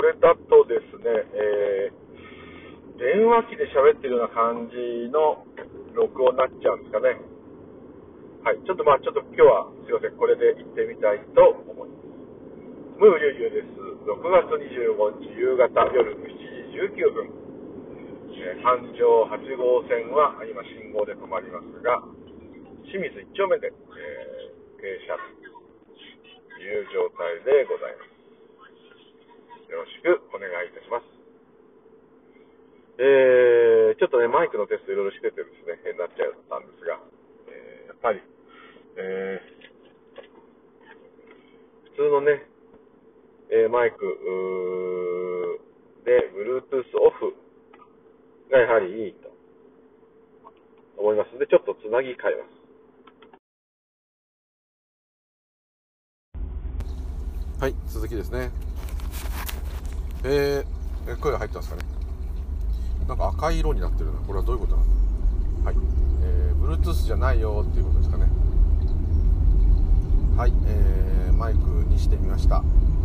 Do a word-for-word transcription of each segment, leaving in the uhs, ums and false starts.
れだとですね、えー、電話機で喋ってるような感じの録音になっちゃうんですかね。はい、ちょっとまあちょっと今日はすいません、これで行ってみたいと思います。ムーリュウユウです。ろくがつにじゅうごにち夕方夜しちじじゅうきゅうふん、えー、環状はちごうせんは今信号で止まりますが、清水一丁目で、えー、停車という状態でございます。よろしくお願いいたします。えー、ちょっとねマイクのテストいろいろしててですね、変になっちゃったんですが、えー、やっぱり、えー、普通のね、えー、マイクで Bluetooth オフがやはりいいと思いますので、ちょっとつなぎ替えます。はい、続きですね。えー、声が入ってますかね。なんか赤い色になってるな。これはどういうことなの？はい、えー、Bluetooth じゃないよっていうことですかね。はい、えー、マイクにしてみました。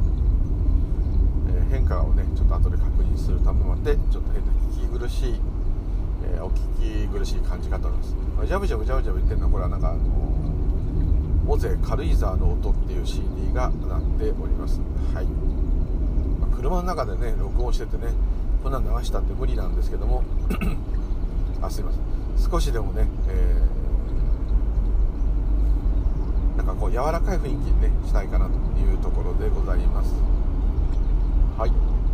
変化をねちょっと後で確認するためまでちょっと変な聞き苦しい、えー、お聞き苦しい感じ方です。ジャブジャブジャブジャブ言ってるのはこれはなんかあの尾瀬軽井沢の音っていう シーディー がなっております。はい、まあ、車の中でね録音しててねこんなの流したって無理なんですけどもあすいません、少しでもね、えー、なんかこう柔らかい雰囲気にねしたいかなというところでございます。はい、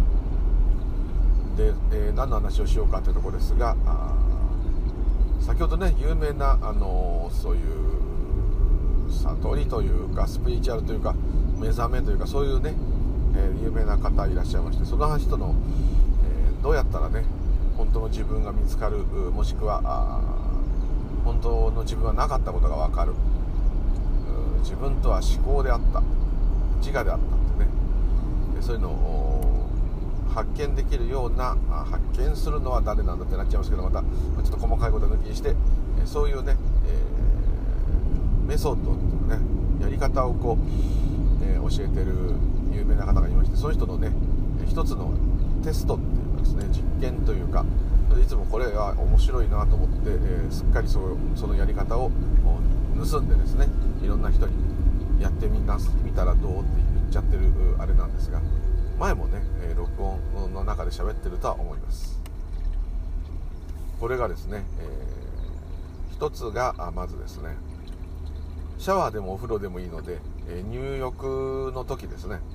で、えー、何の話をしようかというところですが、先ほどね有名な、あのー、そういう悟りというかスピリチュアルというか目覚めというかそういうね、えー、有名な方いらっしゃいまして、その人の、えー、どうやったらね本当の自分が見つかる、もしくは本当の自分はなかったことが分かる、自分とは思考であった、自我であったってね、そういうのを発見できるような、発見するのは誰なんだってなっちゃいますけど、またちょっと細かいこと抜きにしてそういうね、えー、メソッドっていうかねやり方をこう、えー、教えてる有名な方がいまして、その人のね一つのテストっていうかですね実験というか、いつもこれは面白いなと思って、えー、すっかり そ, そのやり方を盗んでですねいろんな人にやってみなす見たらどうって言っちゃってるあれなんですが、前もね、えー、録音の中で喋ってるとは思います。これがですね、えー、一つがまずですね、シャワーでもお風呂でもいいので、えー、入浴の時ですね、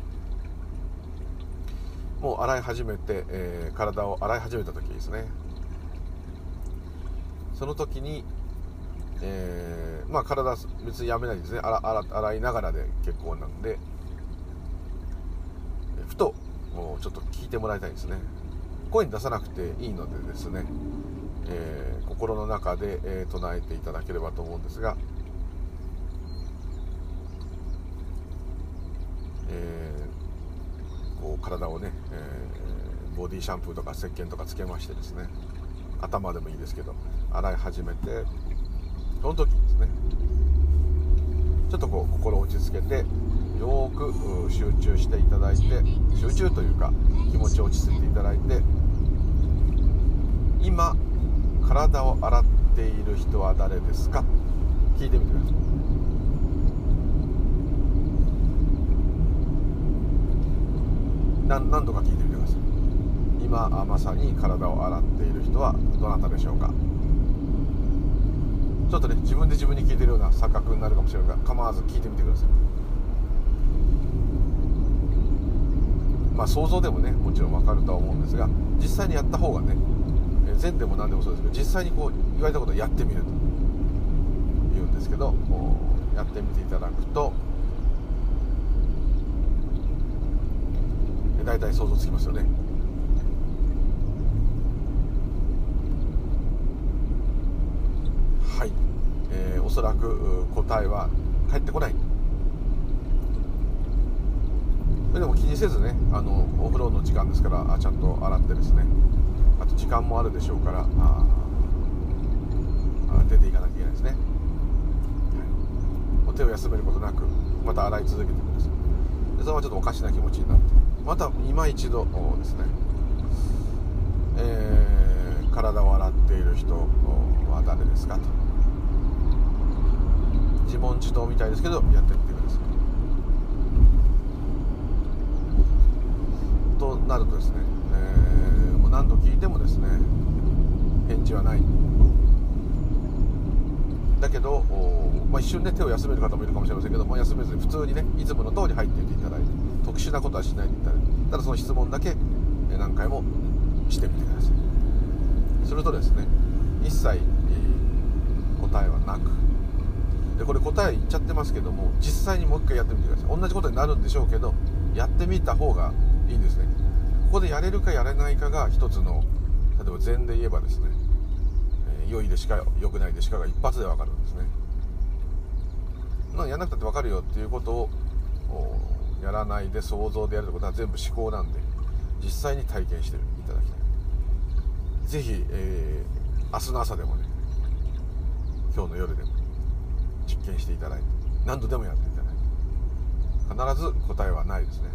もう洗い始めて、えー、体を洗い始めた時ですね、その時に、えー、まあ体別にやめないですね、洗, 洗, 洗いながらで結構なんで、ふとちょっと聞いてもらいたいですね。声に出さなくていいのでですね、えー、心の中で、えー、唱えていただければと思うんですが、えー、こう体をね、えー、ボディシャンプーとか石鹸とかつけましてですね、頭でもいいですけど洗い始めて、その時にですねちょっとこう心を落ち着けてよーく集中していただいて、集中というか気持ちを落ち着いていただいて、今体を洗っている人は誰ですか聞いてみてください。何, 何度か聞いてみてください。今まさに体を洗っている人はどなたでしょうか。ちょっとね自分で自分に聞いてるような錯覚になるかもしれないが、構わず聞いてみてください。まあ想像でもねもちろん分かるとは思うんですが、実際にやった方がね、禅でも何でもそうですけど、実際にこう言われたことをやってみると言うんですけど、やってみていただくと大体想像つきますよね。はい、えー、おそらく答えは返ってこない。でも気にせずね、あのお風呂の時間ですからあちゃんと洗ってですね、あと時間もあるでしょうから、ああ出ていかなきゃいけないですね。はい、手を休めることなくまた洗い続けてください。でそれはちょっとおかしな気持ちになって、 また今一度ですね、えー、体を洗っている人は誰ですかと、自問自答みたいですけどやってみてくださいとなるとですね、えー、もう何度聞いてもですね返事はない。だけど、まあ、一瞬ね手を休める方もいるかもしれませんけども、休めずに普通にねいつもの通り入っていっていただいて、特殊なことはしないでいただいて、ただその質問だけ何回もしてみてください。するとですね一切、えー、答えはなく、でこれ答え言っちゃってますけども、実際にもう一回やってみてください。同じことになるんでしょうけどやってみた方がいいんですね。ここでやれるかやれないかが一つの、例えば禅で言えばですね、えー、良いでしか良くないでしかが一発で分かるんですね。まあ、やらなくたって分かるよっていうことをやらないで想像でやるってことは全部思考なんで、実際に体験していただきたい。ぜひ、えー、明日の朝でもね、今日の夜でも実験していただいて、何度でもやっていただいて、必ず答えはないですね。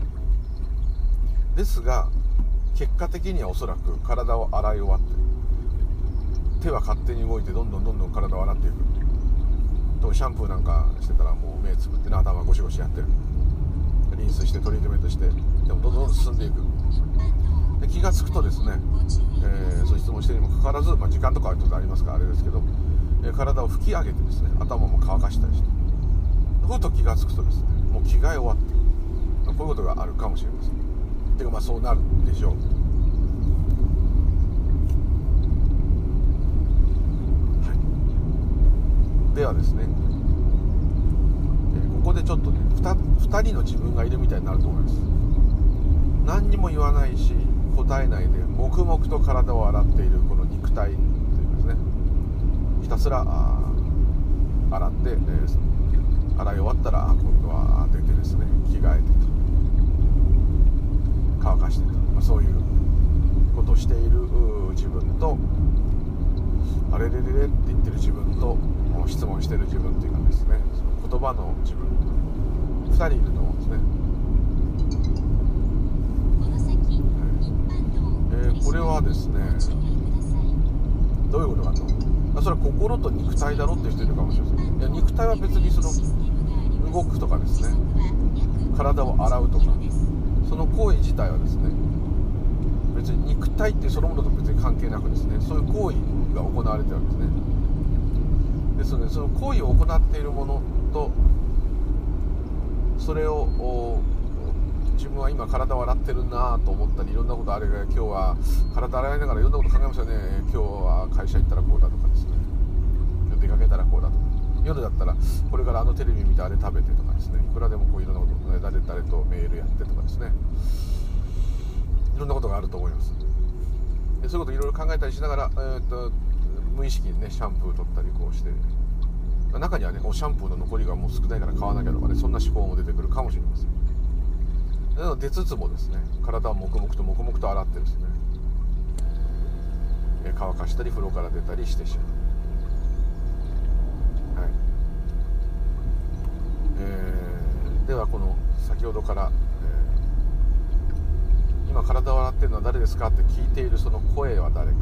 ですが結果的にはおそらく体を洗い終わってる、手は勝手に動いてどんどんどんどん体を洗っていく。とシャンプーなんかしてたらもう目つぶってね、頭ゴシゴシやってる、リンスしてトリートメントして、でもどんどんどんどん進んでいく。で気がつくとですね、えー、そういう質問してるにもかかわらず、まあ、時間とかはちょっとありますからあれですけど、えー、体を拭き上げてですね、頭も乾かしたりして、ふと気がつくとですね、もう着替え終わってる、こういうことがあるかもしれません。てかまあそうなるでしょう。ではですね、えー、ここでちょっとね 2, ふたりの自分がいるみたいになると思います。何にも言わないし答えないで黙々と体を洗っているこの肉体というかですね、ひたすら洗って、えー、洗い終わったら今度は出てですね着替えてと乾かしてと、まあ、そういうことをしている自分と、あれれれれって言ってる自分と、質問してる自分っていうかですね、その言葉の自分ふたりいると思うんですね。はい、えー、これはですねどういうことかと、それは心と肉体だろっていう人いるかもしれません。いや肉体は別にその動くとかですね、体を洗うとかその行為自体はですね、別に肉体ってそのものと別に関係なくですね、そういう行為が行われてるわけですね。ですのでその行為を行っているものと、それを自分は今体を洗ってるなと思ったり、いろんなことあれが今日は体洗いながらいろんなこと考えましたね。今日は会社行ったらこうだとかですね、今日出かけたらこうだとか、夜だったらこれからあのテレビ見てあれ食べてとかですね、いくらでもこういろんなこと、ね、誰々とメールやってとかですね、いろんなことがあると思います。でそういうこといろいろ考えたりしながら、えー、っと無意識にねシャンプー取ったりこうして、中にはねシャンプーの残りがもう少ないから買わなきゃとかね、そんな思考も出てくるかもしれません。出つつもですね、体は黙々と黙々と洗ってですね、え乾かしたり風呂から出たりしてしまう。はい、えー、ではこの先ほどから、えー、今体を洗っているのは誰ですかって聞いているその声は誰か、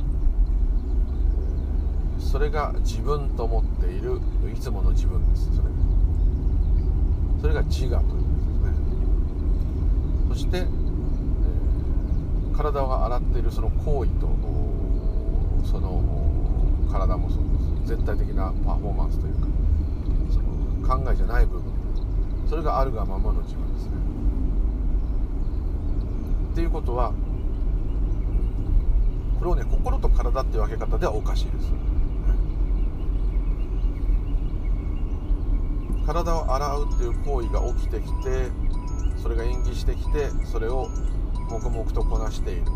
それが自分と思っているいつもの自分です。それそれが自我ということですね。そして、えー、体を洗っているその行為とその体もそうです、全体的なパフォーマンスというか、その考えじゃない部分、それがあるがままの自分ですね。っていうことは、これをね心と体っていう分け方ではおかしいです。体を洗うっていう行為が起きてきて、それが演技してきて、それを黙々とこなしている、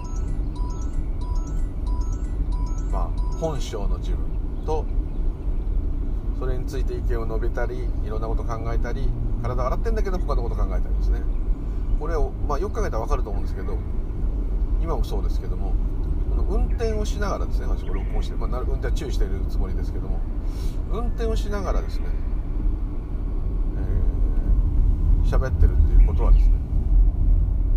まあ本性の自分と、それについて意見を述べたり、いろんなこと考えたり、体を洗ってんだけど他のこと考えたりですね。これを、まあ、よく考えたら分かると思うんですけど、今もそうですけども、この運転をしながらですね、私これ録音して、まあ、運転は注意しているつもりですけども、運転をしながらですね喋ってるっていうことはですね、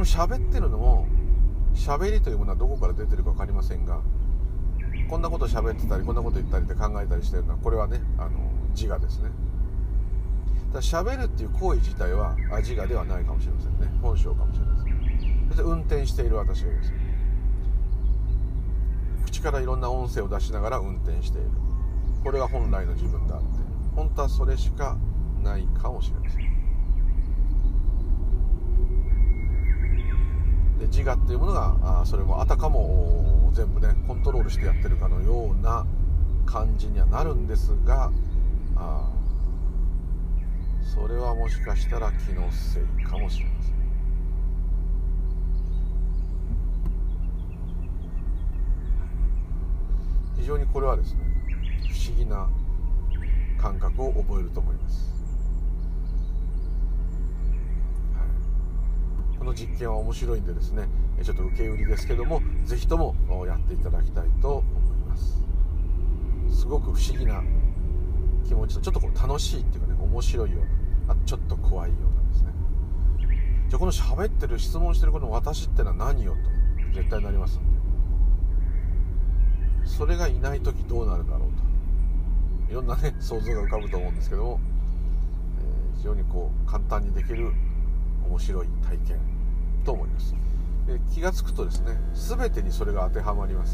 の喋ってるのも、喋りというものはどこから出てるか分かりませんが、こんなこと喋ってたりこんなこと言ったりって考えたりしてるのは、これはね、あの自我ですね。だ喋るっていう行為自体は自我ではないかもしれませんね。本性かもしれません。そして運転している私がいます。口からいろんな音声を出しながら運転している、これが本来の自分だって、本当はそれしかないかもしれません。で自我っていうものが、あそれもあたかも全部ねコントロールしてやってるかのような感じにはなるんですが、あそれはもしかしたら気のせいかもしれません。非常にこれはですね、不思議な感覚を覚えると思います、はい、この実験は面白いんでですね、ちょっと受け売りですけども、ぜひともやっていただきたいと思います。すごく不思議な気持ちと、ちょっとこう楽しいっていうかね、面白いような、あとちょっと怖いようなんですね。じゃあこの喋ってる、質問してるこの私ってのは何よと絶対なりますんで、それがいない時どうなるだろうと、いろんなね想像が浮かぶと思うんですけども、えー、非常にこう簡単にできる面白い体験と思います。で気がつくとですね、全てにそれが当てはまります。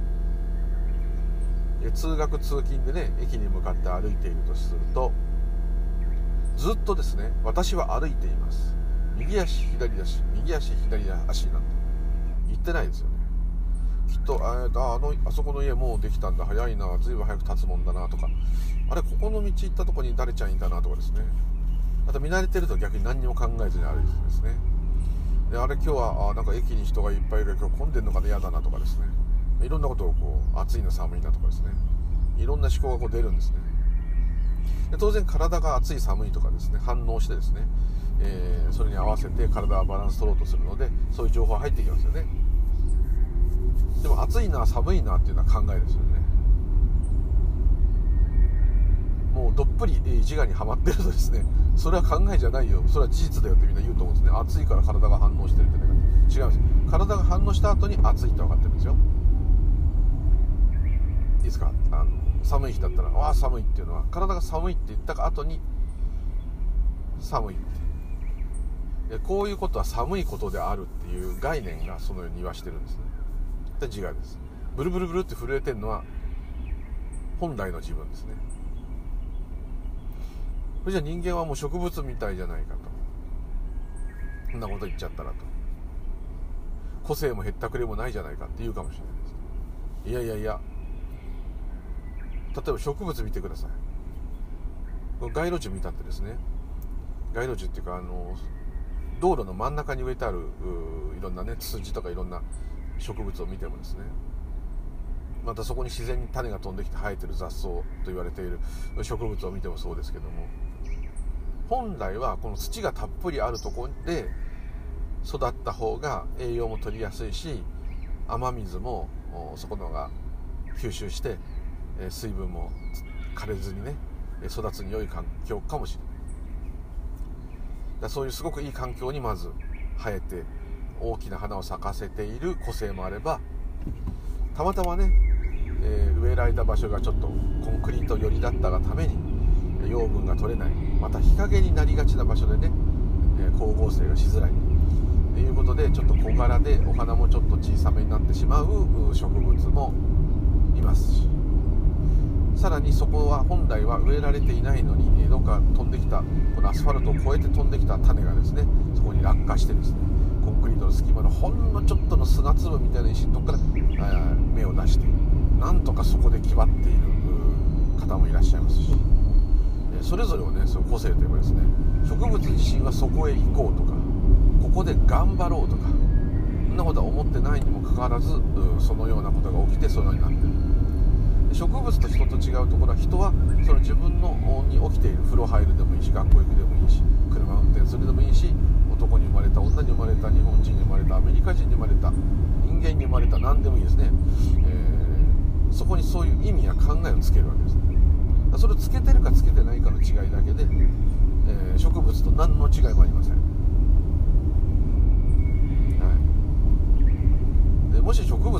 で通学通勤でね、駅に向かって歩いているとすると、ずっとですね、私は歩いています、右足左足右足左足なんて言ってないですよね。きっと あ, あ, のあそこの家もうできたんだ、早いな、ずいぶん早く経つもんだなとか、あれここの道行ったとこに誰ちゃんいたなとかですね。あと見慣れてると逆に何にも考えずに歩いてるんですね。であれ今日はあなんか駅に人がいっぱいいるけど今日混んでんのかで嫌だなとかですね、いろんなことをこう暑いな寒いなとかですね、いろんな思考がこう出るんですね。で当然体が暑い寒いとかですね反応してですね、えー、それに合わせて体はバランス取ろうとするので、そういう情報が入ってきますよね。でも暑いな寒いなっていうのは考えですよね。もうどっぷり自我にはまってるとですね、それは考えじゃないよ、それは事実だよってみんな言うと思うんですね。暑いから体が反応してるってね、違うんです。体が反応した後に暑いって分かってるんですよ。いいですか、あの寒い日だったらああ寒いっていうのは、体が寒いって言った後に寒いって、こういうことは寒いことであるっていう概念がそのように言わしてるんですね。で自我です。ブルブルブルって震えてるのは本来の自分ですね。それじゃ人間はもう植物みたいじゃないかと、そんなこと言っちゃったらと、個性もへったくれもないじゃないかって言うかもしれないです。いやいやいや、例えば植物見てください。この街路樹見たってですね、街路樹っていうかあの道路の真ん中に植えてあるいろんなねツツジとかいろんな植物を見てもですね、またそこに自然に種が飛んできて生えてる雑草と言われている植物を見てもそうですけども、本来はこの土がたっぷりあるところで育った方が栄養も取りやすいし、雨水もそこのが吸収して水分も枯れずにね育つに良い環境かもしれない。だそういうすごくいい環境にまず生えて大きな花を咲かせている個性もあれば、たまたまね、えー、植えられた場所がちょっとコンクリート寄りだったがために養分が取れない、また日陰になりがちな場所でね、えー、光合成がしづらいということで、ちょっと小柄でお花もちょっと小さめになってしまう植物もいますし、さらにそこは本来は植えられていないのに、どっか飛んできたこのアスファルトを越えて飛んできた種がですね、そこに落下してですね、コンクリートの隙間のほんのちょっとの砂粒みたいな石のとこから芽を出して、なんとかそこで気張っている方もいらっしゃいますし、それぞれをね、その個性といえばですね、植物自身はそこへ行こうとか、ここで頑張ろうとか、そんなことは思ってないにもかかわらず、そのようなことが起きてそういうようになっている。植物と人と違うところは、人はその自分のに起きている、風呂入るでもいいし、学校行くでもいいし、車運転するでもいいし、男に生まれた、女に生まれた、日本人に生まれた、アメリカ人に生まれた、人間に生まれた、何でもいいですね、えー、そこにそういう意味や考えをつけるわけですね。それをつけてるかつけてないかの違いだけで、えー、植物と何の違いもありません。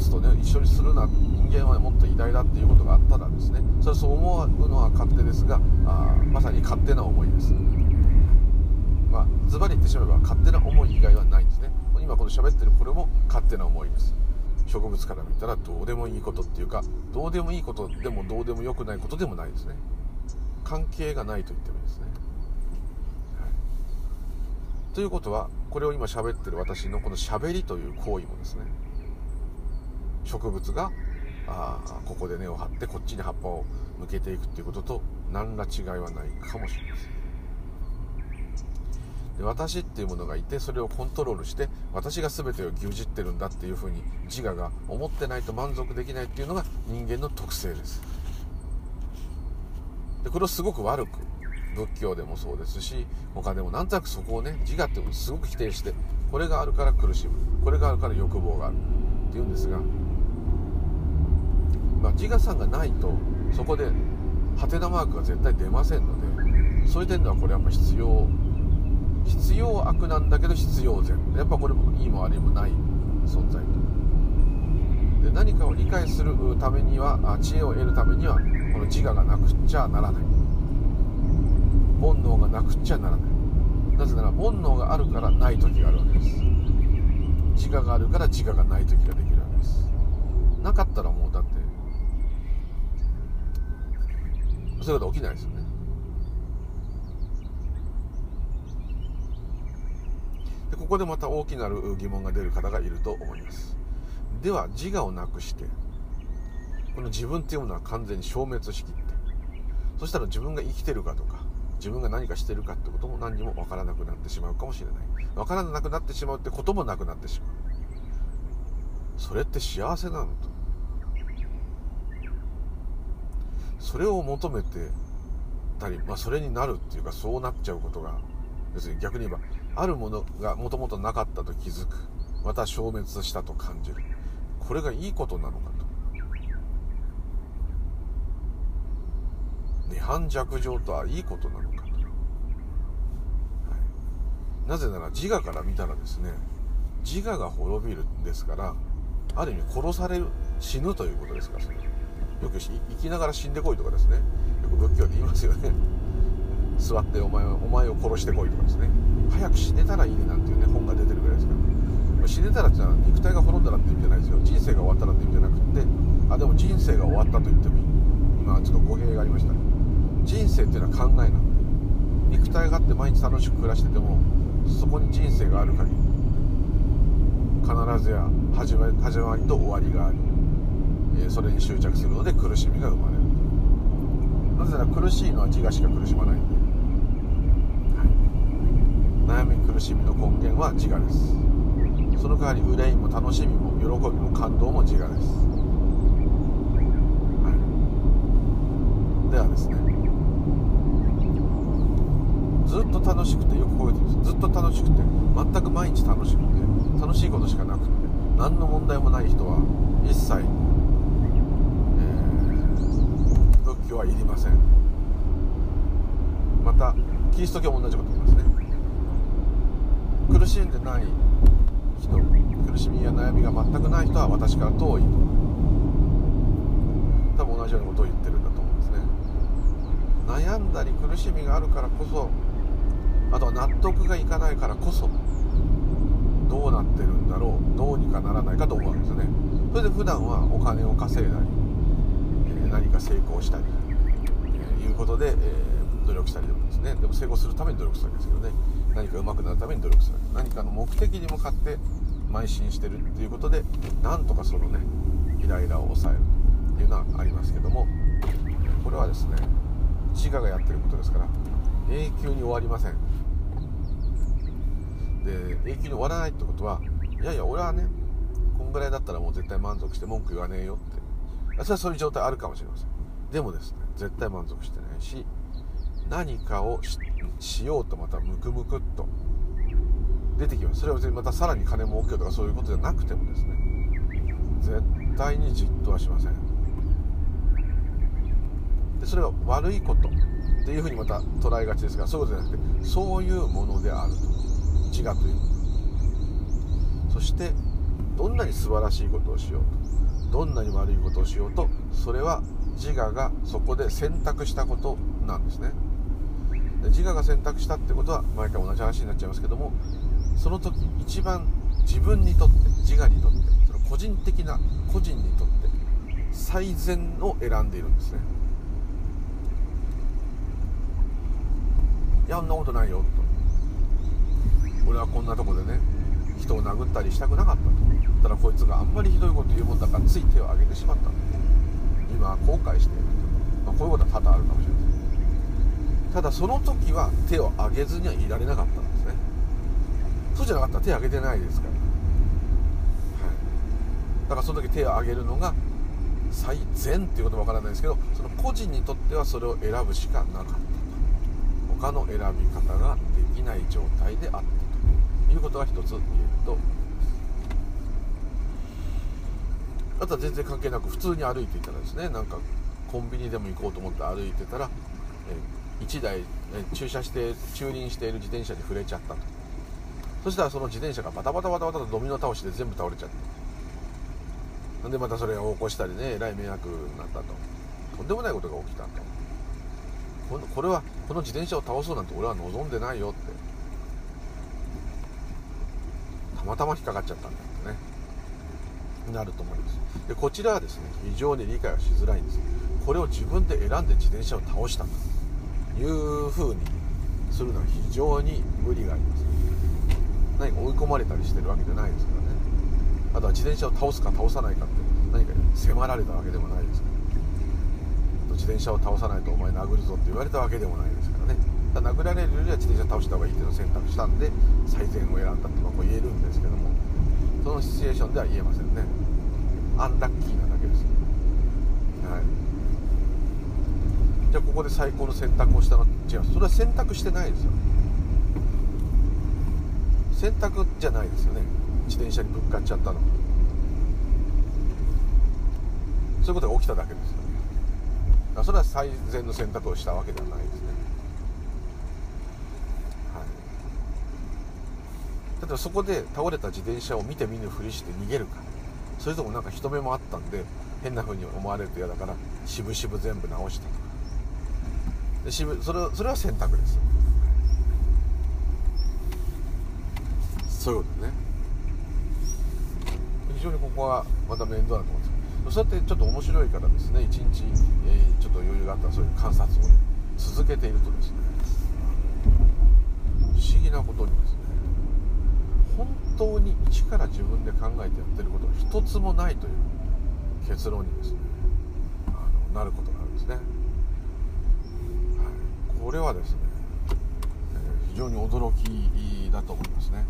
物とね一緒にするな、人間はもっと偉大だっていうことがあったらですね、それはそう思うのは勝手ですが、あまさに勝手な思いです。まあズバリ言ってしまえば勝手な思い以外はないんですね。今この喋ってるこれも勝手な思いです。植物から見たらどうでもいいことっていうか、どうでもいいことでもどうでもよくないことでもないですね。関係がないと言ってもいいですね、はい、ということはこれを今喋ってる私のこの喋りという行為もですね、植物があここで根を張ってこっちに葉っぱを向けていくっていうことと何ら違いはないかもしれません。で私っていうものがいて、それをコントロールして私が全てを牛耳ってるんだっていうふうに自我が思ってないと満足できないっていうのが人間の特性です。でこれをすごく悪く、仏教でもそうですし他でもなんとなくそこをね、自我っていうのをすごく否定して、これがあるから苦しむ、これがあるから欲望があるっていうんですが、まあ、自我さんがないとそこでハテナマークが絶対出ませんので、そういう点ではこれやっぱ必要必要悪なんだけど必要善、やっぱこれもいいも悪いもない存在で、何かを理解するためには、知恵を得るためにはこの自我がなくちゃならない、煩悩がなくちゃならない。なぜなら煩悩があるからない時があるわけです。自我があるから自我がない時ができるわけです。なかったらもうだってそういうこと起きないですよね。でここでまた大きなる疑問が出る方がいると思います。では自我をなくしてこの自分っていうものは完全に消滅しきって、そしたら自分が生きてるかとか自分が何かしてるかってことも何にも分からなくなってしまうかもしれない。分からなくなってしまうってこともなくなってしまう。それって幸せなのと、それを求めてたり、まあ、それになるっていうかそうなっちゃうことが、要するに逆に言えばあるものがもともとなかったと気づく、また消滅したと感じる、これがいいことなのかと。涅槃寂情とはいいことなのかと、はい、なぜなら自我から見たらですね、自我が滅びるんですから、ある意味殺される、死ぬということですから、それよく生きながら死んでこいとかですね、よく仏教で言いますよね。座ってお前をお前を殺してこいとかですね、早く死ねたらいいねなんていうね本が出てるぐらいですから、死ねたらってのは肉体が滅んだらって意味じゃないですよ。人生が終わったらって意味じゃなくて、あでも人生が終わったと言ってもいい。今ちょっと語弊がありましたね。人生っていうのは考えなんで、肉体があって毎日楽しく暮らしててもそこに人生がある限り必ずや始まり、始まりと終わりがあり、えー、それに執着するので苦しみが生まれる。なぜなら苦しいのは自我しか苦しまないんで、はい、悩み苦しみの根源は自我です。その代わり憂いも楽しみも喜びも感動も自我です、はい、ではですね、ずっと楽しくて、よくこういうことです。ずっと楽しくて、全く毎日楽しくて、楽しいことしかなくて何の問題もない人は一切、えー、仏教はいりません。またキリスト教も同じこと言いますね。苦しんでない人、苦しみや悩みが全くない人は私から遠いと、多分同じようなことを言ってるんだと思うんですね。悩んだり苦しみがあるからこそ、あとは納得がいかないからこそ、どうなってるんだろう、どうにかならないかと思うわけですよね。それで普段はお金を稼いだり、えー、何か成功したり、えー、いうことで、えー、努力したりとかですね。でも成功するために努力するわけですけどね、何か上手くなるために努力する、何かの目的に向かって邁進してるっていうことで、なんとかそのねイライラを抑えるっていうのはありますけども、これはですね自我がやってることですから永久に終わりません。で永久に終わらないってことは、いやいや俺はねこんぐらいだったらもう絶対満足して文句言わねえよって、それはそういう状態あるかもしれません。でもですね絶対満足してないし、何かを し, しようとまたムクムクっと出てきます。それは別にまたさらに金儲けようとかそういうことじゃなくてもですね、絶対にじっとはしません。でそれは悪いことっていうふうにまた捉えがちですが、そういうことじゃなくて、そういうものであると、自我というもの。そしてどんなに素晴らしいことをしようどんなに悪いことをしようと、それは自我がそこで選択したことなんですね。で自我が選択したってことは毎回同じ話になっちゃいますけども、その時一番自分にとって、自我にとって、その個人的な個人にとって最善を選んでいるんですね。いや、そんなことないよと、俺はこんなとこでね人を殴ったりしたくなかったと。ただこいつがあんまりひどいこと言うもんだからつい手を挙げてしまった。今は後悔していると、まあ、こういうことは多々あるかもしれません。ただその時は手を挙げずにはいられなかったんですね。そうじゃなかったら手を挙げてないですから、はい、だからその時手を挙げるのが最善っていうことはわからないですけど、その個人にとってはそれを選ぶしかなかったと。他の選び方ができない状態であったということが一つ言えると思います。あとは全然関係なく普通に歩いていたらですね、なんかコンビニでも行こうと思って歩いてたら、えいちだい、え駐車して駐輪している自転車に触れちゃったと。そしたらその自転車がバタバタバタバタとドミノ倒しで全部倒れちゃって、なんでまたそれを起こしたりね、えらい迷惑になったと。とんでもないことが起きたと。この、これはこの自転車を倒そうなんて俺は望んでないよって、たまたま引っかかっちゃったんだってね、なると思います。でこちらはですね、非常に理解はしづらいんです。これを自分で選んで自転車を倒したという風にするのは非常に無理があります。何か追い込まれたりしてるわけじゃないですからね。あとは自転車を倒すか倒さないかって何か迫られたわけでもないですから、あと自転車を倒さないとお前殴るぞって言われたわけでもないですからね。だから殴られるよりは自転車倒した方がいいっていうのを選択したんで最善を選んだってまあこう言えるんですけども、そのシチュエーションでは言えませんね。アンラッキーなだけです。はい。じゃあここで最高の選択をしたの？違う。それは選択してないですよ。選択じゃないですよね。自転車にぶっかっちゃったの。そういうことが起きただけですよね。だからそれは最善の選択をしたわけではないですね。はい。例えばそこで倒れた自転車を見て見ぬふりして逃げるか、それともなんか人目もあったんで変な風に思われると嫌だから渋々全部直したとかで、渋それそれは選択です。そういうことね。非常にここはまた面倒だと思うんですけど、そうやってちょっと面白いからですね、一日、えー、ちょっと余裕があったらそういう観察を、ね、続けているとですね、不思議なことにですね、本当に一から自分で考えてやってることが一つもないという結論にですね、あのなることがあるんですね。はい、これはですね、えー、非常に驚きだと思いますね。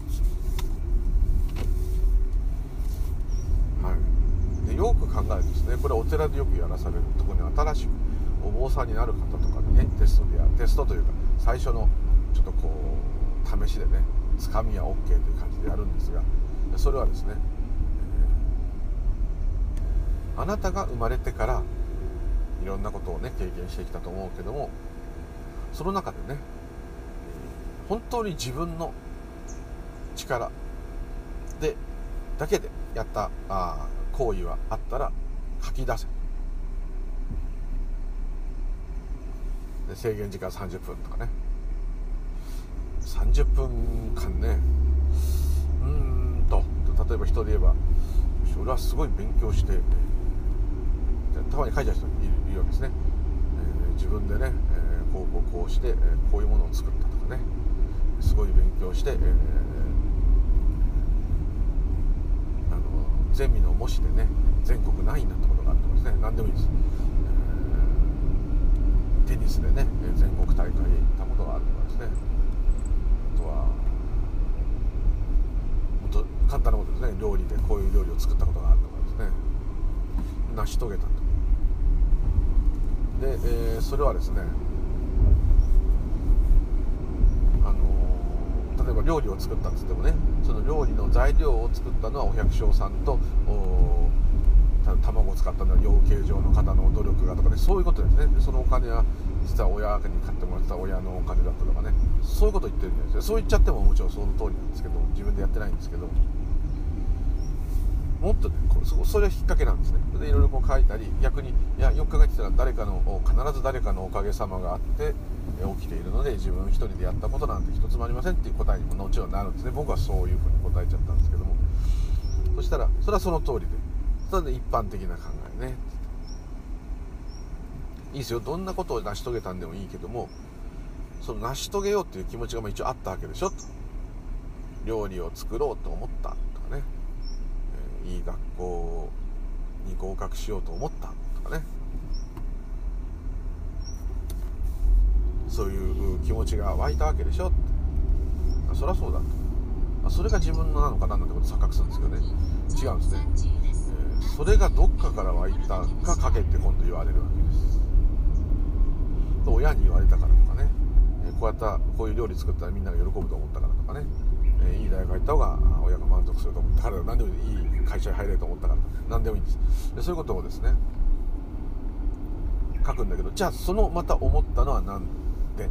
はい、でよく考えるとですね、これはお寺でよくやらされるところに新しくお坊さんになる方とかにね、テストでやるテストというか最初のちょっとこう試しでね、つかみは OK という感じでやるんですが、それはですね、えー、あなたが生まれてからいろんなことをね経験してきたと思うけども、その中でね本当に自分の力でだけでやったあ行為はあったら書き出せ。で制限時間さんじゅっぷんとかね、さんじゅっぷんかんね、うーんと例えば人で言えば、俺はすごい勉強してたまに書いちゃう人い る, いるわけですね、えー、自分でね、えー、こうこうこうして、えー、こういうものを作ったとかね、すごい勉強して、えー、あのゼミの模試でね全国何位になったことがあるとかですね、何でもいいです、えー、テニスでね全国大会行ったことがあるとかですね、あとはもっと簡単なことですね、料理でこういう料理を作ったことがあるとかですね、成し遂げたと。で、えー、それはですね、あのー、例えば料理を作ったんですけどもね、その料理の材料を作ったのはお百姓さんと卵を使ったのは養鶏場の方の努力がとかね、そういうことですね。でそのお金は実は親に買ってもらってた親のお金だったとかね、そういうことを言ってるんですよ。そう言っちゃってももちろんその通りなんですけど、自分でやってないんですけど、 もっとねこれ そ, それは引っ掛けなんですね。でいろいろこう書いたり、逆にいやよく考えてたら誰かの必ず誰かのおかげさまがあって起きているので、自分一人でやったことなんて一つもありませんっていう答えにももちろんなるんですね。僕はそういうふうに答えちゃったんですけども、そしたらそれはその通りで、それで一般的な考えね、いいですよ、どんなことを成し遂げたんでもいいけども、その成し遂げようっていう気持ちがまあ一応あったわけでしょと。料理を作ろうと思ったとかね、えー、いい学校に合格しようと思ったとかね、そういう気持ちが湧いたわけでしょって。そりゃそうだと。それが自分のなのかななんてことを錯覚するんですけどね、違うんですね、えー、それがどっかから湧いたかかけって今度言われるわけです。親に言われたからとかね、こうやったこういう料理作ったらみんなが喜ぶと思ったからとかね、えー、いい大学入った方が親が満足すると思ったから、何でもいい会社に入れると思ったから、何でもいいんです。でそういうことをですね書くんだけど、じゃあそのまた思ったのは何で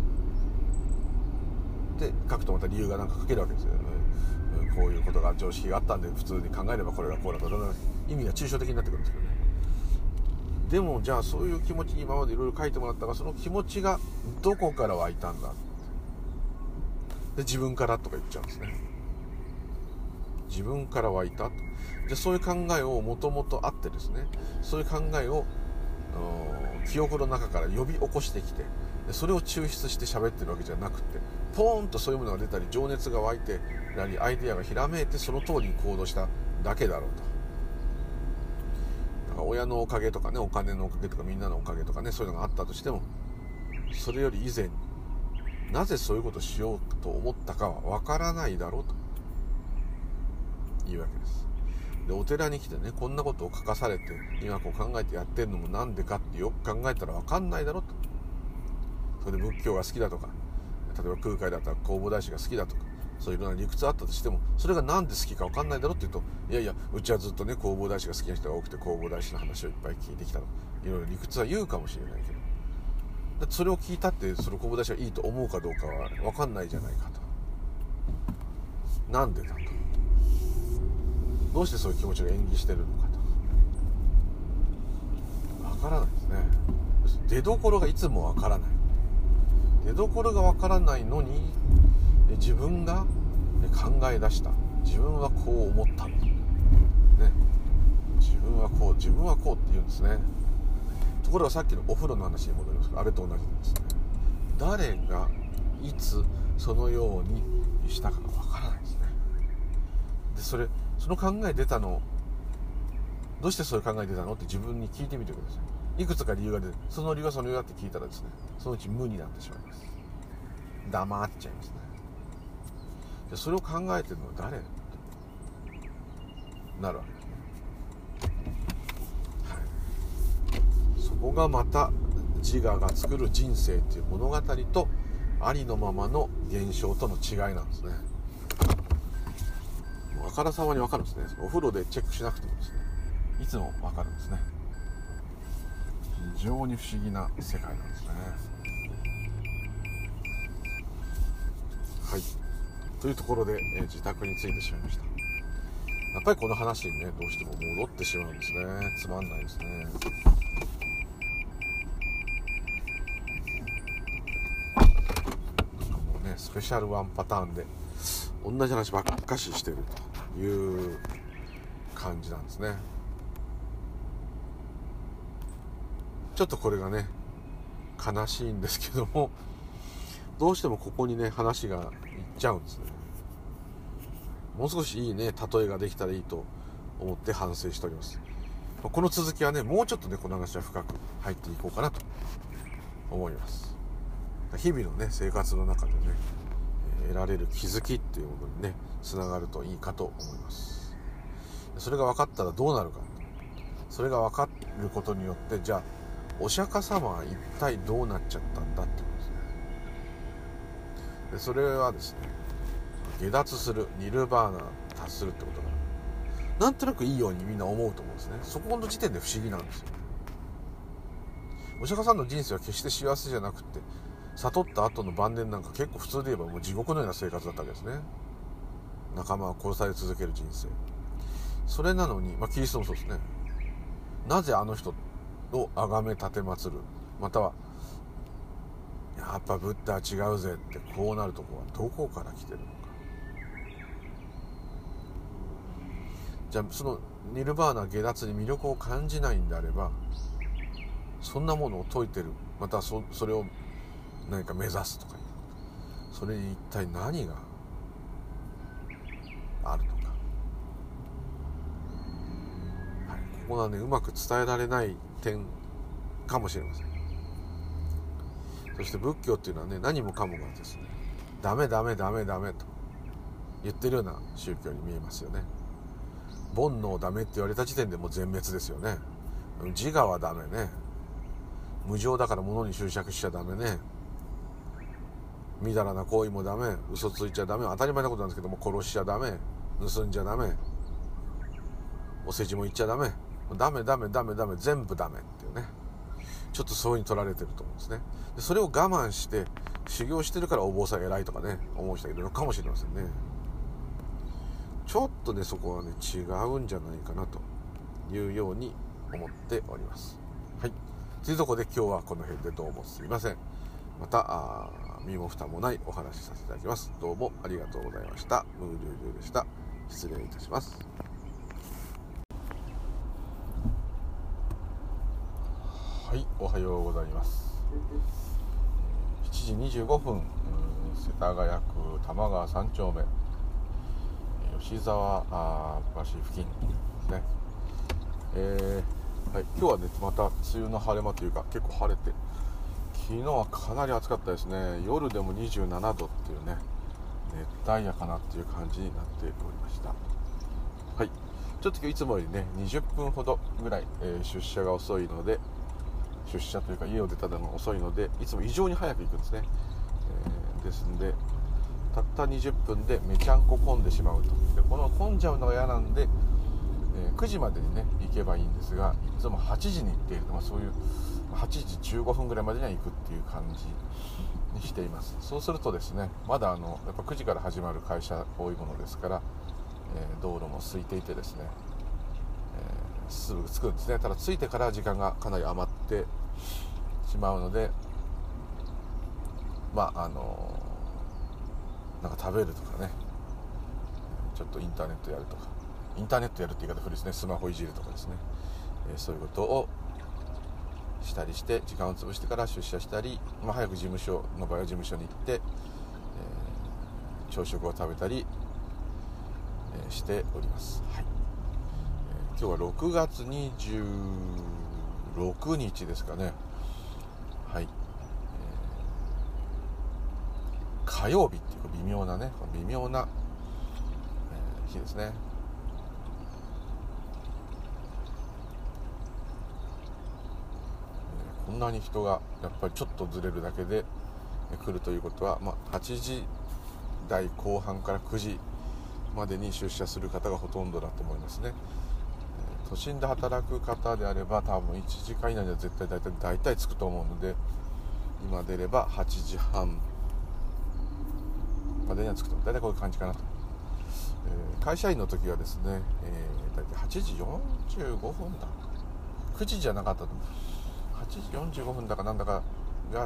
で書くとまた理由がなんか書けるわけですよね。こういうことが常識があったんで普通に考えればこれがこうだと、だから意味が抽象的になってくるんですけどね。でもじゃあそういう気持ちに今までいろいろ書いてもらったが、その気持ちがどこから湧いたんだで、自分からとか言っちゃうんですね。自分から湧いた。じゃあそういう考えをもともとあってですね、そういう考えを記憶の中から呼び起こしてきて、それを抽出して喋ってるわけじゃなくて、ポーンとそういうものが出たり情熱が湧いてなりアイデアがひらめいてその通りに行動しただけだろうと。だから親のおかげとかね、お金のおかげとかみんなのおかげとかね、そういうのがあったとしても、それより以前になぜそういうことをしようと思ったかはわからないだろうというわけです。でお寺に来てね、こんなことを書かされて今こう考えてやってるのもなんでかってよく考えたらわかんないだろうと。それで仏教が好きだとか、例えば空海だったら弘法大師が好きだとか、そういういろんな理屈あったとしても、それがなんで好きか分かんないだろうって言うと、いやいやうちはずっとね弘法大師が好きな人が多くて弘法大師の話をいっぱい聞いてきたと、いろいろ理屈は言うかもしれないけど、だってそれを聞いたってその弘法大師がいいと思うかどうかは分かんないじゃないかと。なんでだと、どうしてそういう気持ちが演技してるのかと分からないですね。出どころがいつも分からない。出どころが分からないのに自分が考え出した、自分はこう思ったの、ね、自分はこう自分はこうって言うんですね。ところがさっきのお風呂の話に戻りますけど、あれと同じですね。誰がいつそのようにしたかが分からないですね。でそれその考え出たの、どうしてそういう考え出たのって自分に聞いてみてください。いくつか理由が出て、その理由はその理由だって聞いたらですね、そのうち無になってしまいます。黙っちゃいますね。じゃそれを考えてるのは誰なるわけですね、はい、そこがまた自我が作る人生っていう物語とありのままの現象との違いなんですね。もうあからさまに分かるんですね。お風呂でチェックしなくてもですね、いつも分かるんですね。非常に不思議な世界なんですね。はい、というところで、えー、自宅に着いてしまいました。やっぱりこの話にねどうしても戻ってしまうんですね。つまんないですね。もうねスペシャルワンパターンで同じ話ばっかししてるという感じなんですね。ちょっとこれがね悲しいんですけども、どうしてもここにね話がいっちゃうんですね。もう少しいいね例えができたらいいと思って反省しております。この続きはねもうちょっとねこの話は深く入っていこうかなと思います。日々のね生活の中でね得られる気づきっていうものにねつながるといいかと思います。それが分かったらどうなるか、それが分かることによってじゃあお釈迦様は一体どうなっちゃったんだってことですね。でそれはですね下脱する、ニルバーナ達するってことがなんとなくいいようにみんな思うと思うんですね。そこの時点で不思議なんですよね。お釈迦さんの人生は決して幸せじゃなくて、悟った後の晩年なんか結構普通で言えばもう地獄のような生活だったわけですね。仲間を殺され続ける人生、 それなのに、まあ、キリストもそうですね。なぜあの人を崇め立てまつる、またはやっぱブッダは違うぜってこうなるとこはどこから来てるのか。じゃあそのニルバーナ下脱に魅力を感じないんであれば、そんなものを説いてる、また そ, それを何か目指すとかいう、それに一体何があるのか、はい、ここはねうまく伝えられない点かもしれません。そして仏教っていうのはね、何もかもがですね、ダメダメダメダメと言ってるような宗教に見えますよね。煩悩ダメって言われた時点でもう全滅ですよね。自我はダメね、無常だから物に執着しちゃダメね、みだらな行為もダメ、嘘ついちゃダメ、当たり前なことなんですけども、殺しちゃダメ、盗んじゃダメ、お世辞も言っちゃダメ、ダメダメダメダメ全部ダメっていうね、ちょっとそういう風に取られてると思うんですね。でそれを我慢して修行してるからお坊さん偉いとかね思う人がいるのかもしれませんね。ちょっとねそこはね違うんじゃないかなというように思っております。はい、というところで今日はこの辺でどうもすいません。また身も蓋もないお話しさせていただきます。どうもありがとうございました。ムールールーでした。失礼いたします。はい、おはようございます。しちじにじゅうごふん、世田谷区玉川さん丁目吉沢橋付近ですね。えーはい、今日はねまた梅雨の晴れ間というか結構晴れて、昨日はかなり暑かったですね。夜でもにじゅうななどっていうね、熱帯夜かなっていう感じになっておりました。はい、ちょっと今日いつもよりねにじゅっぷんほどぐらい、えー、出社が遅いので、出社というか家を出たのが遅いので、いつも異常に早く行くんですね。えー、ですんでたったにじゅっぷんでめちゃんこ混んでしまうと。でこの混んじゃうのが嫌なんで、えー、くじまでにね行けばいいんですが、いつもはちじに行っていると、まあ、そういうはちじじゅうごふんぐらいまでには行くっていう感じにしています。そうするとですね、まだあのやっぱくじから始まる会社多いものですから、えー、道路も空いていてですね、えー、すぐ着くんですね。ただ着いてから時間がかなり余ってしまうので、まああのー、なんか食べるとかね、ちょっとインターネットやるとか、インターネットやるって言い方古いですね、スマホいじるとかですね、えー、そういうことをしたりして時間を潰してから出社したり、まあ、早く事務所の場合は事務所に行って、えー、朝食を食べたり、えー、しております。はい、えー、今日はろくがつにじゅうろくにちですかね。はい、えー、火曜日っていうか微妙なね微妙な、えー、日ですね。こんなに人がやっぱりちょっとずれるだけで来るということは、まあ、はちじ台後半からくじまでに出社する方がほとんどだと思いますね。都心で働く方であれば多分いちじかん以内には絶対大体大体着くと思うので、今出ればはちじはんまでには着くと、大体こういう感じかなと。えー、会社員の時はですね、えー、大体はちじよんじゅうごふんだくじじゃなかったと思う、はちじよんじゅうごふんだかなんだかが、えー、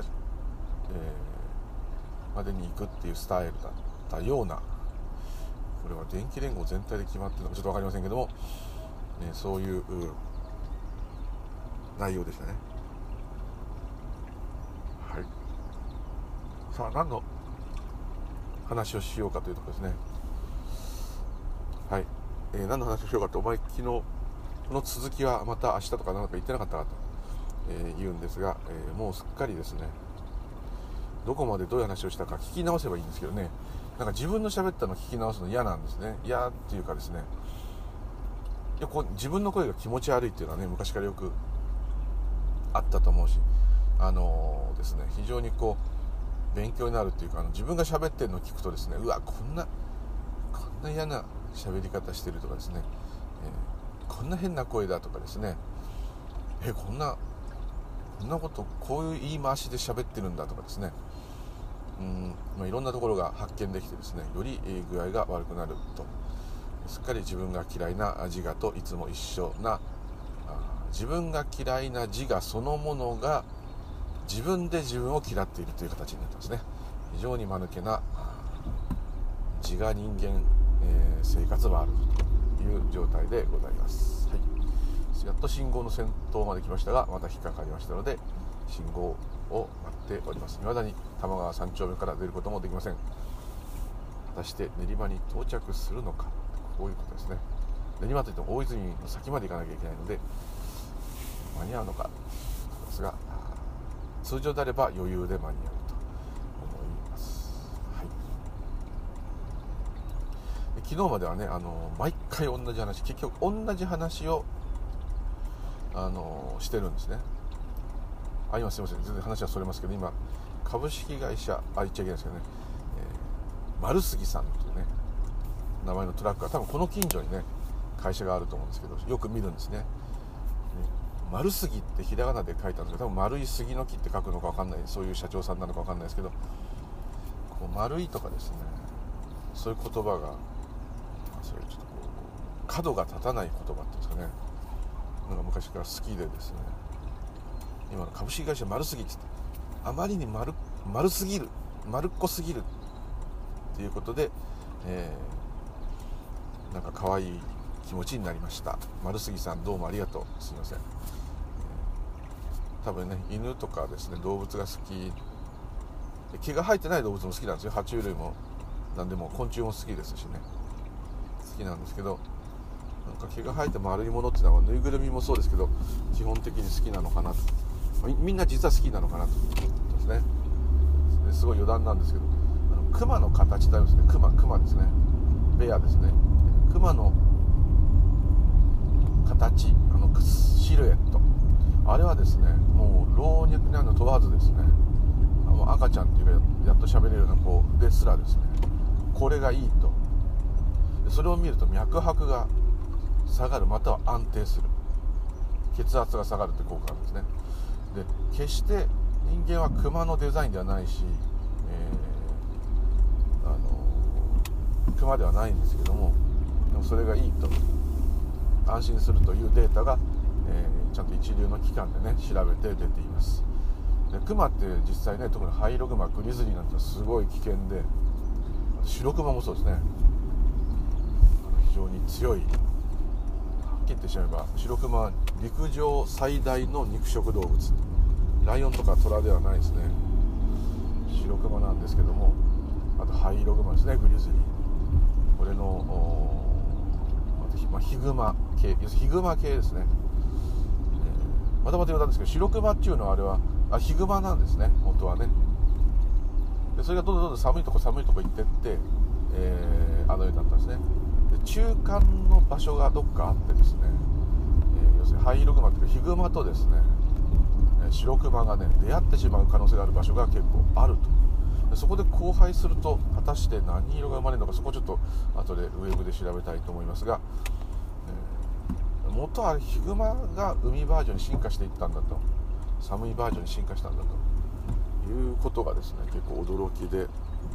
までに行くっていうスタイルだったような、これは電気連合全体で決まってるのかちょっと分かりませんけども、ね、そういう内容でしたね。はい、さあ何の話をしようかというところですね。はい、えー、何の話をしようかと、お前昨日の続きはまた明日とか何か言ってなかったかと、えー、言うんですが、えー、もうすっかりですね、どこまでどういう話をしたか聞き直せばいいんですけどね、なんか自分の喋ったの聞き直すの嫌なんですね。嫌っていうかですね、いやこう自分の声が気持ち悪いっていうのはね昔からよくあったと思うし、あのー、ですね非常にこう勉強になるっていうか、あの自分が喋ってるのを聞くとですね、うわこんなこんな嫌な喋り方してるとかですね、えー、こんな変な声だとかですね、えー、こんなこんなことこういう言い回しで喋ってるんだとかですね、うん、まあ、いろんなところが発見できてですね、より具合が悪くなると、 すっかり自分が嫌いな自我といつも一緒な、自分が嫌いな自我そのものが自分で自分を嫌っているという形になってますね。非常に間抜けな自我人間、えー、生活はあるという状態でございます、はい、やっと信号の先頭まで来ましたが、また引っかかりましたので信号を待っております。未だに玉川三丁目から出ることもできません。果たして練馬に到着するのか、こういうことですね。練馬といっても大泉の先まで行かなきゃいけないので間に合うのかということですが、通常であれば余裕で間に合うと思います、はい、で昨日まではね、あの毎回同じ話、結局同じ話をあのしてるんですね。あ、今すいません、全然話はそれますけど、今株式会社、あ、言っちゃいけないですけどね、えー、丸杉さんというね名前のトラックが多分この近所にね会社があると思うんですけど、よく見るんですね。丸杉ってひらがなで書いたんですけど、多分丸い杉の木って書くのか分かんない、そういう社長さんなのか分かんないですけど、こう丸いとかですね、そういう言葉が、そういうちょっとこう角が立たない言葉っていうんですかね、なんか昔から好きでですね、今の株式会社丸杉ってあまりに 丸, 丸すぎる丸っこすぎるっていうことで、えー、なんか可愛い気持ちになりました。丸杉さんどうもありがとう。すいません、えー、多分ね犬とかですね動物が好き、毛が生えてない動物も好きなんですよ。爬虫類も何でも昆虫も好きですしね、好きなんですけど、なんか毛が生えて丸いものっていうのはぬいぐるみもそうですけど基本的に好きなのかなと、みんな実は好きなのかなとですね。すごい余談なんですけど、あの熊の形だよですね、熊熊ですね、ベアですね、熊の形、あのシルエット、あれはですねもう老若男女問わずですね、あの赤ちゃんっていうかやっと喋れるような子ですらですねこれがいいと。それを見ると脈拍が下がる、または安定する、血圧が下がるという効果があるんですね。で決して人間は熊のデザインではないし、えー、あの熊ではないんですけども、でもそれがいいと安心するというデータが、えー、ちゃんと一流の機関でね調べて出ています。でクマって実際ね、特にハイログマ、グリズリーなんてすごい危険で、白クマもそうですね、非常に強い、はっきり言ってしまえば白クマは陸上最大の肉食動物、ライオンとかトラではないですね、白クマなんですけども、あとハイログマですね、グリズリー、これのまあ、ヒグマ系、要するにヒグマ系ですね、えー、またまた言われたんですけど、白クマっていうのはあれはあヒグマなんですね、本当はね。でそれがどんどんどんどん寒いとこ寒いとこ行ってって、えー、あのようになったんですね。で中間の場所がどっかあってですね、えー、要するにハイログマというかヒグマとですね、えー、白クマがね出会ってしまう可能性がある場所が結構あると。そこで交配すると果たして何色が生まれるのか、そこをちょっと後でウェブで調べたいと思いますが、えー、元はヒグマが海バージョンに進化していったんだと、寒いバージョンに進化したんだということがですね結構驚きで、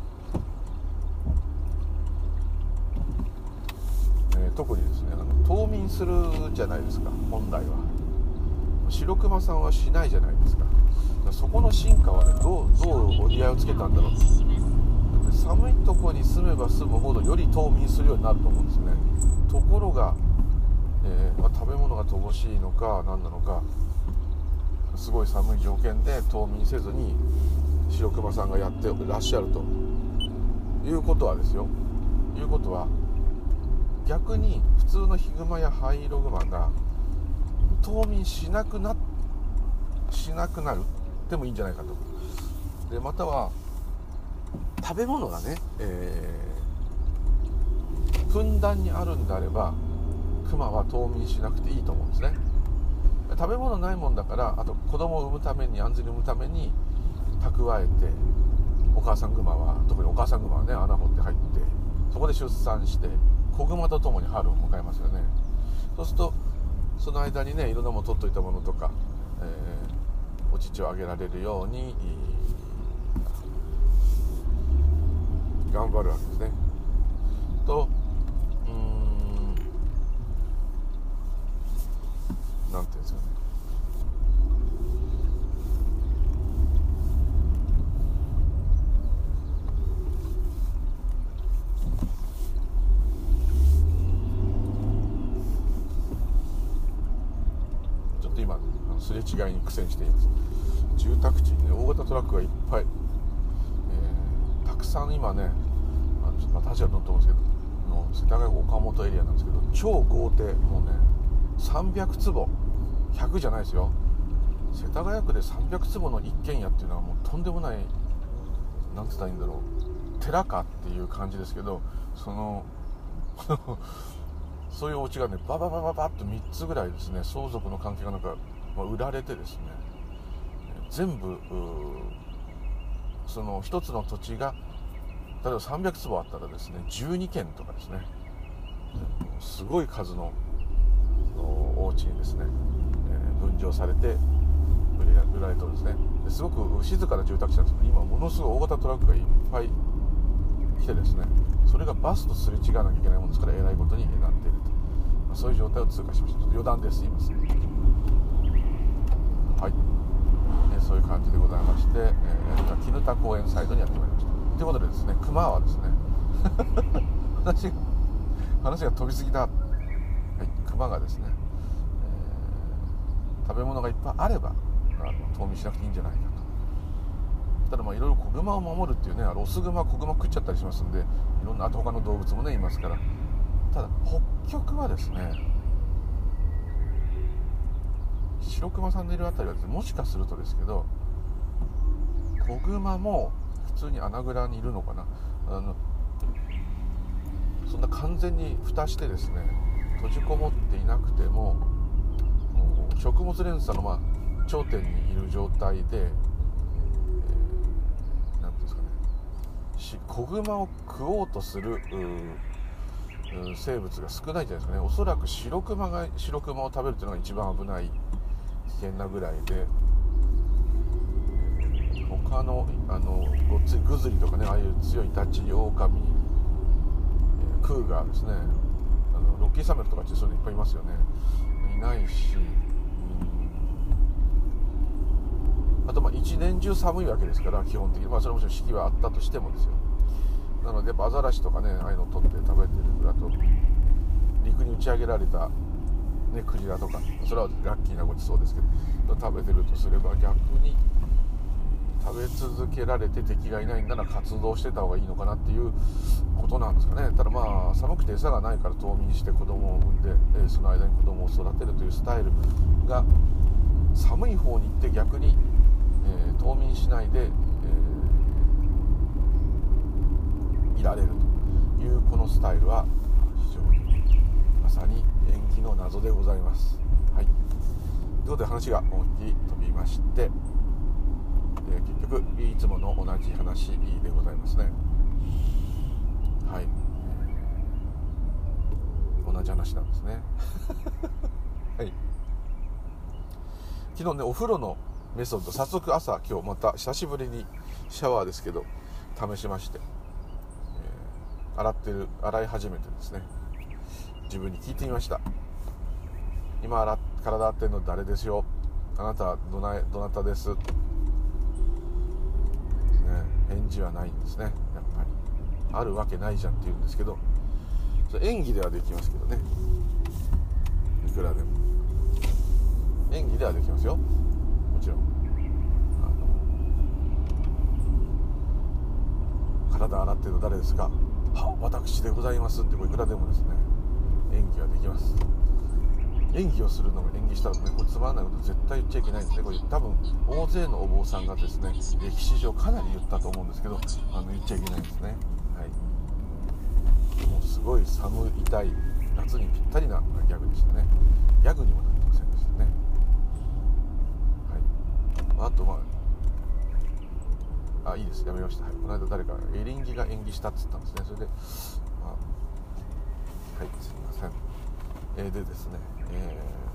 えー、特にですねあの冬眠するじゃないですか、本来は白クマさんはしないじゃないですか。そこの進化はねどう、どう折り合いをつけたんだろうと。寒いところに住めば住むほどより冬眠するようになると思うんですね。ところが、えーまあ、食べ物が乏しいのか何なのか、すごい寒い条件で冬眠せずに白クマさんがやってらっしゃるということはですよ、いうことは逆に普通のヒグマやハイログマが冬眠しなくなしなくなるでもいいんじゃないかと。でまたは食べ物がね、えー、ふんだんにあるんであればクマは冬眠しなくていいと思うんですね。食べ物ないもんだから、あと子供を産むために、安全に産むために蓄えて、お母さんグマは特にお母さんグマはね穴掘って入ってそこで出産して子グマとともに春を迎えますよね。そうするとその間にねいろんなもの取っといたものとか、えー、お乳をあげられるように頑張るわけですね。とうーんすれ違いに苦戦しています。住宅地に、ね、大型トラックがいっぱい、えー、たくさん今ね、あのちょっとまた走ると思うんですけどの世田谷区岡本エリアなんですけど、超豪邸、もうねさんびゃくつぼ、ひゃくじゃないですよ、世田谷区でさんびゃくつぼの一軒家っていうのはもうとんでもない、なんて言ったらいいんだろう、寺かっていう感じですけど、そのそういうお家がねバババババッとみっつぐらいですね、相続の関係がなんか、まあ、売られてですね、全部その一つの土地が例えばさんびゃくつぼあったらですねじゅうにけんとかですね、すごい数のお家にですね、えー、分譲されて売られてるんですね。ですごく静かな住宅地なんですけど、今ものすごい大型トラックがいっぱい来てですね、それがバスとすれ違わなきゃいけないものですから、えらいことになっていると、まあ、そういう状態を通過しました。ちょっと余談ですいません。はい、えー、そういう感じでございまして、えー、絹田公園サイドにやってまいりました。ということでですね、熊はですね話が話が飛びすぎだ、はい、熊がですね、えー、食べ物がいっぱいあればあの冬眠しなくていいんじゃないかと。ただまあいろいろ子熊を守るっていうね、オス熊、子熊食っちゃったりしますんで、いろんなあと他の動物もねいますから。ただ北極はですね、白熊さんのいるあたりはですね、もしかするとですけど、子熊も普通に穴蔵にいるのかな、あのそんな完全に蓋してですね閉じこもっていなくても、食物連鎖のまあ頂点にいる状態で、えー、なんていうんですかね、子熊を食おうとする生物が少ないじゃないですかね。おそらく白熊が白熊を食べるというのが一番危ない危険なぐらいで、えー、他のあのごっついグズリとかね、ああいう強いイタチ、オオカミ、えー、クーガーですね、あのロッキーサメルとかってそういうのいっぱいいますよね、いないし、あとまあ一年中寒いわけですから基本的に、まあそれもちろん四季はあったとしてもですよ。なのでやっぱアザラシとかね、ああいうのを取って食べてる、あと陸に打ち上げられた、ね、クジラとか、それはラッキーなごちそうですけど食べてるとすれば、逆に食べ続けられて敵がいないんなら活動してた方がいいのかなっていうことなんですかね。ただまあ寒くて餌がないから冬眠して子供を産んで、えー、その間に子供を育てるというスタイルが寒い方に行って逆に、えー、冬眠しないで、えー、いられるというこのスタイルは非常にまさに縁起の謎でございます。はい、ということで話が思いっきり飛びまして、えー、結局いつもの同じ話でございますね。はい、同じ話なんですねはい、昨日ねお風呂のメソッド、早速朝今日また久しぶりにシャワーですけど試しまして、えー、洗ってる洗い始めてですね、自分に聞いてみました。今洗体洗ってるの誰ですよ、あなたどなどなたです、ね、返事はないんですね。やっぱりあるわけないじゃんって言うんですけど、それ演技ではできますけどね、いくらでも演技ではできますよ、もちろん。あの体洗ってるの誰ですか、は私でございますってこれいくらでもですね演技はできます。演技をするのが演技したらね、これつまらないこと絶対言っちゃいけないんですね。これ多分大勢のお坊さんがですね歴史上かなり言ったと思うんですけど、あの言っちゃいけないんですね。はい、もうすごい寒い痛い夏にぴったりなギャグでしたね。ギャグにもなってませんでしたね。はい、あとまああいいです、やめました。はい、この間誰かエリンギが演技したっつったんですね。それで、まあ、はいすみません。えー、でですね、え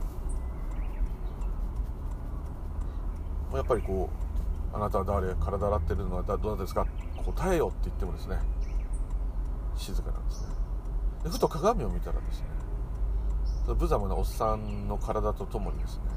ー、やっぱりこうあなたは誰、体洗ってるのはどなたですか、答えよって言ってもですね静かなんですね。でふと鏡を見たらですね、無様なおっさんの体とともにですね、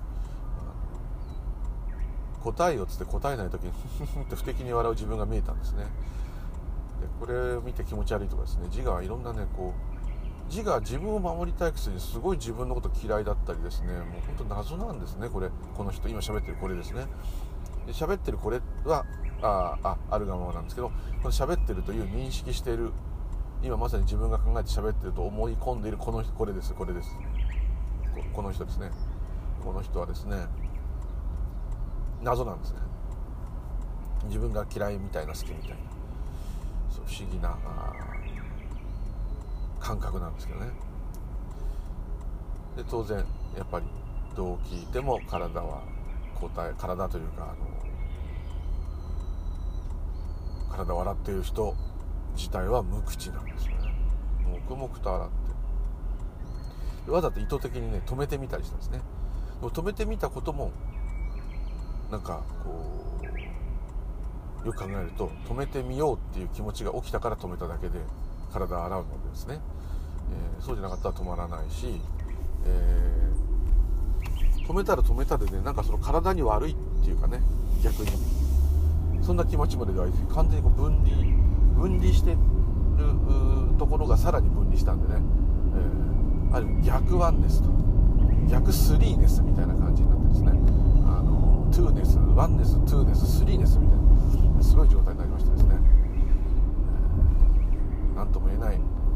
答えよっつって答えない時にフフフって不敵に笑う自分が見えたんですね。でこれを見て気持ち悪いとかですね、自我はいろんなねこう自我、自分を守りたいくせにすごい自分のこと嫌いだったりですね、もう本当謎なんですね。これこの人今喋ってるこれですね。で喋ってるこれはあああるがままなんですけど、この喋ってるという認識している、今まさに自分が考えて喋ってると思い込んでいるこの人、これですこれです こ, この人ですね。この人はですね、謎なんですね。自分が嫌いみたいな好きみたいな、そう不思議な感覚なんですけどね。で当然やっぱりどう聞いても体は答え体というかあの体を洗っている人自体は無口なんですよね。黙々と洗ってわざと意図的にね止めてみたりしたんですね。でも止めてみたこともなんかこうよく考えると止めてみようっていう気持ちが起きたから止めただけで体を洗うのでですね、えー、そうじゃなかったら止まらないし、えー、止めたら止めたでね、なんかその体に悪いっていうかね、逆にそんな気持ちまででは完全にこう分離分離してるところがさらに分離したんでね、えー、ある意味逆ワンネスと逆スリーネスみたいな感じになってですね、あのトゥーネス、ワンネス、トゥーネス、スリーネスみたいなすごい状態になりましてですね、えー、なんとも言えない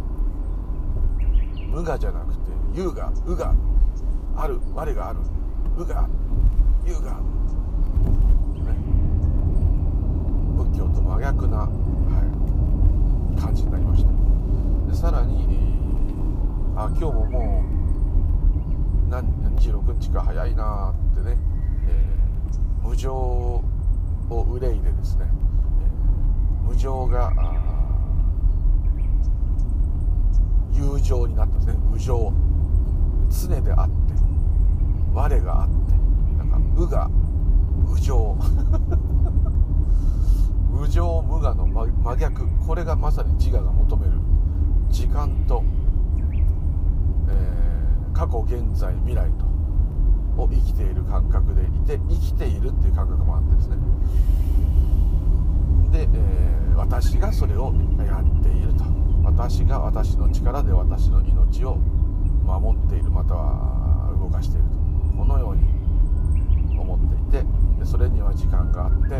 無我じゃなくて有我、無我ある、我がある、無我、有我、ね、仏教と真逆な、はい、感じになりました。でさらに、えー、あ今日ももう何にじゅうろくにちか早いなってね、えー、無常を憂いでですね、えー、無常が友情になったんですね。無常常であって我があってなんか無我無常無常無我の 真, 真逆、これがまさに自我が求める時間と、えー、過去現在未来とを生きている感覚でいて生きているっていう感覚もあってですね、で、えー、私がそれをやっていると、私が私の力で私の命を守っている、または動かしていると、このように思っていて、でそれには時間があって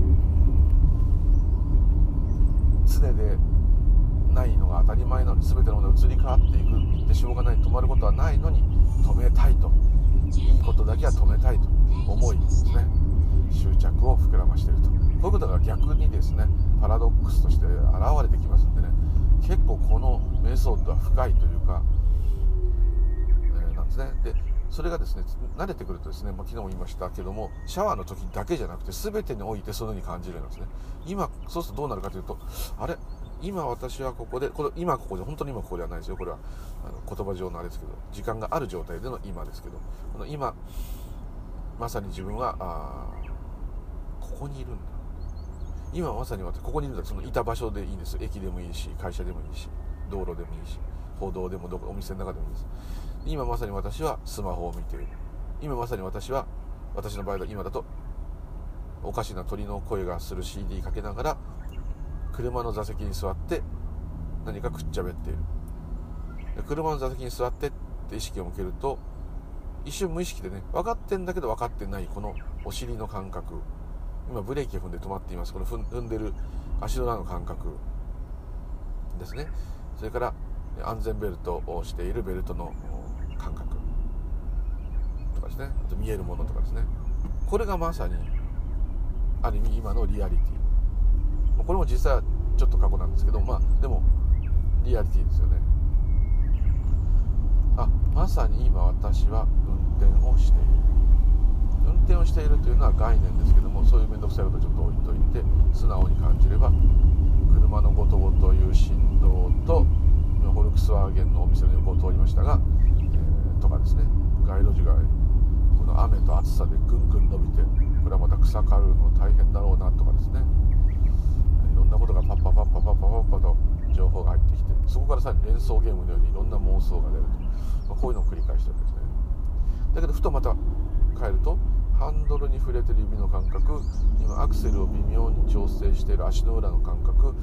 常でないのが当たり前なのに、全てのものが移り変わっていく、いってしょうがない、止まることはないのに止めたいと、いいことだけは止めたいと思いですね、執着を膨らましていると、こういうことが逆にですねパラドックスとして現れてきますんでね、結構このメソッドは深いというか、えー、なんですね。でそれがですね慣れてくるとですね、まあ、昨日も言いましたけども、シャワーの時だけじゃなくて全てにおいてそういう風に感じるんですね。今そうするとどうなるかというと、あれ今私はここで、これ今ここで、本当に今ここではないですよ、これはあの言葉上のあれですけど、時間がある状態での今ですけど、この今まさに自分はあここにいるんだ、今まさに私ここにいるんだ、そのいた場所でいいんです。駅でもいいし、会社でもいいし、道路でもいいし、歩道でもどこお店の中でもいいです。今まさに私はスマホを見ている、今まさに私は、私の場合だ今だとおかしな鳥の声がする シーディー かけながら車の座席に座って何かくっちゃべっている。車の座席に座ってって意識を向けると、一瞬無意識でね、分かってんだけど分かってないこのお尻の感覚、今ブレーキを踏んで止まっています、この踏んでる足の裏の感覚ですね。それから安全ベルトをしているベルトの感覚とかですね、あと見えるものとかですね、これがまさにある意味今のリアリティ、これも実際はちょっと過去なんですけど、まあでもリアリティですよね。あ、まさに今私は運転をしている、運転をしているというのは概念ですけども、そういう面倒くさいことをちょっと置いといて素直に感じれば、車のゴトゴトいう振動とフォルクスワーゲンのお店の横を通りましたが、えー、とかですね、街路樹がこの雨と暑さでぐんぐん伸びて、これはまた草刈るの大変だろうなとかですね、いろんなことがパッパパッパパッパパッパと情報が入ってきて、そこからさらに連想ゲームのようにいろんな妄想が出ると、まあ、こういうのを繰り返してるわけですね。だけどふとまた帰ると、ハンドルに触れてる指の感覚、今アクセルを微妙に調整している足の裏の感覚、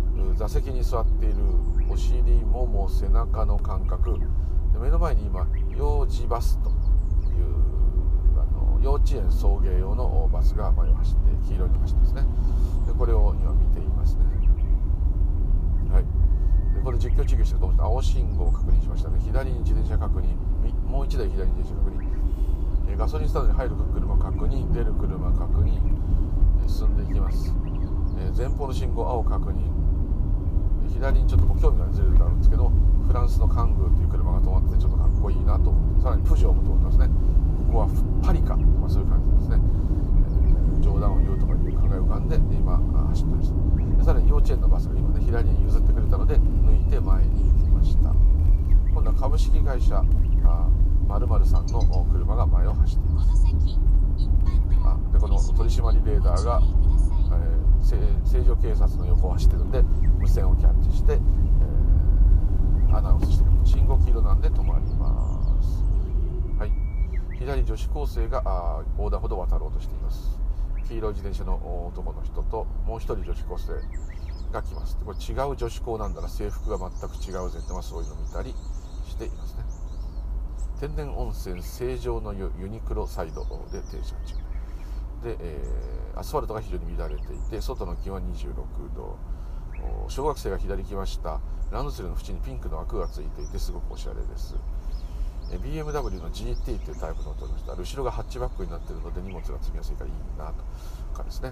座席に座っているお尻もも背中の感覚で、目の前に今幼児バスというあの幼稚園送迎用のバスが前を走って黄色に走ってですね、でこれを今見ていますね。はい、でこれ実況中継してると思って青信号を確認しましたね。左に自転車確認、もう一台左に自転車確認、えガソリンスタンドに入る車確認、出る車確認、え進んでいきます。え前方の信号青確認、左にちょっともう興味がずれるとあるんですけど、フランスのカングーという車が止まってちょっとかっこいいなと思って、さらにプジョーも通ってますね。ここはパリか、まあ、そういう感じですね。えー、冗談を言うとかいう考えを浮かんで今走ってます。さらに幼稚園のバスが今ね左に譲ってくれたので抜いて前に行きました。今度は株式会社〇〇さんの車が前を走っています。あでこの取締りレーダーが、えー、正常警察の横を走ってるんで無線をキャッチして、えー、アナウンスしてくる。信号黄色なんで止まります。はい、左女子高生があ横断歩道を渡ろうとしています。黄色い自転車の男の人ともう一人女子高生が来ます。これ違う女子高なんだな、制服が全く違うぜって、まあ、そういうのを見たりしていますね。天然温泉成城の湯ユニクロサイドで停車中で、えー、アスファルトが非常に乱れていて外の気温はにじゅうろくど、小学生が左来ました。ランドセルの縁にピンクの枠がついていてすごくおしゃれです。ビーエムダブリュー の ジーティー というタイプのを取りました。後ろがハッチバックになっているので荷物が積みやすいからいいなとかですね。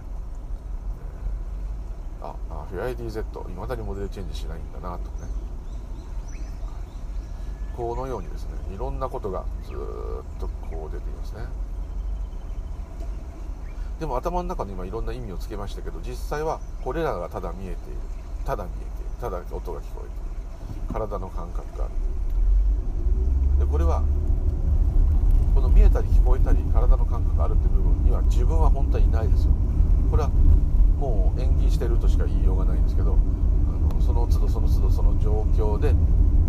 えー、ああフェア アイディーゼット いまだにモデルチェンジしないんだなとね。このようにですねいろんなことがずっとこう出ていますね。でも頭の中に今いろんな意味をつけましたけど、実際はこれらがただ見えている、ただ見えている、ただ音が聞こえている、体の感覚がある。でこれはこの見えたり聞こえたり体の感覚があるっていう部分には自分は本当はいないですよ。これはもう演技してるとしか言いようがないんですけど、あのその都度その都度その状況で、え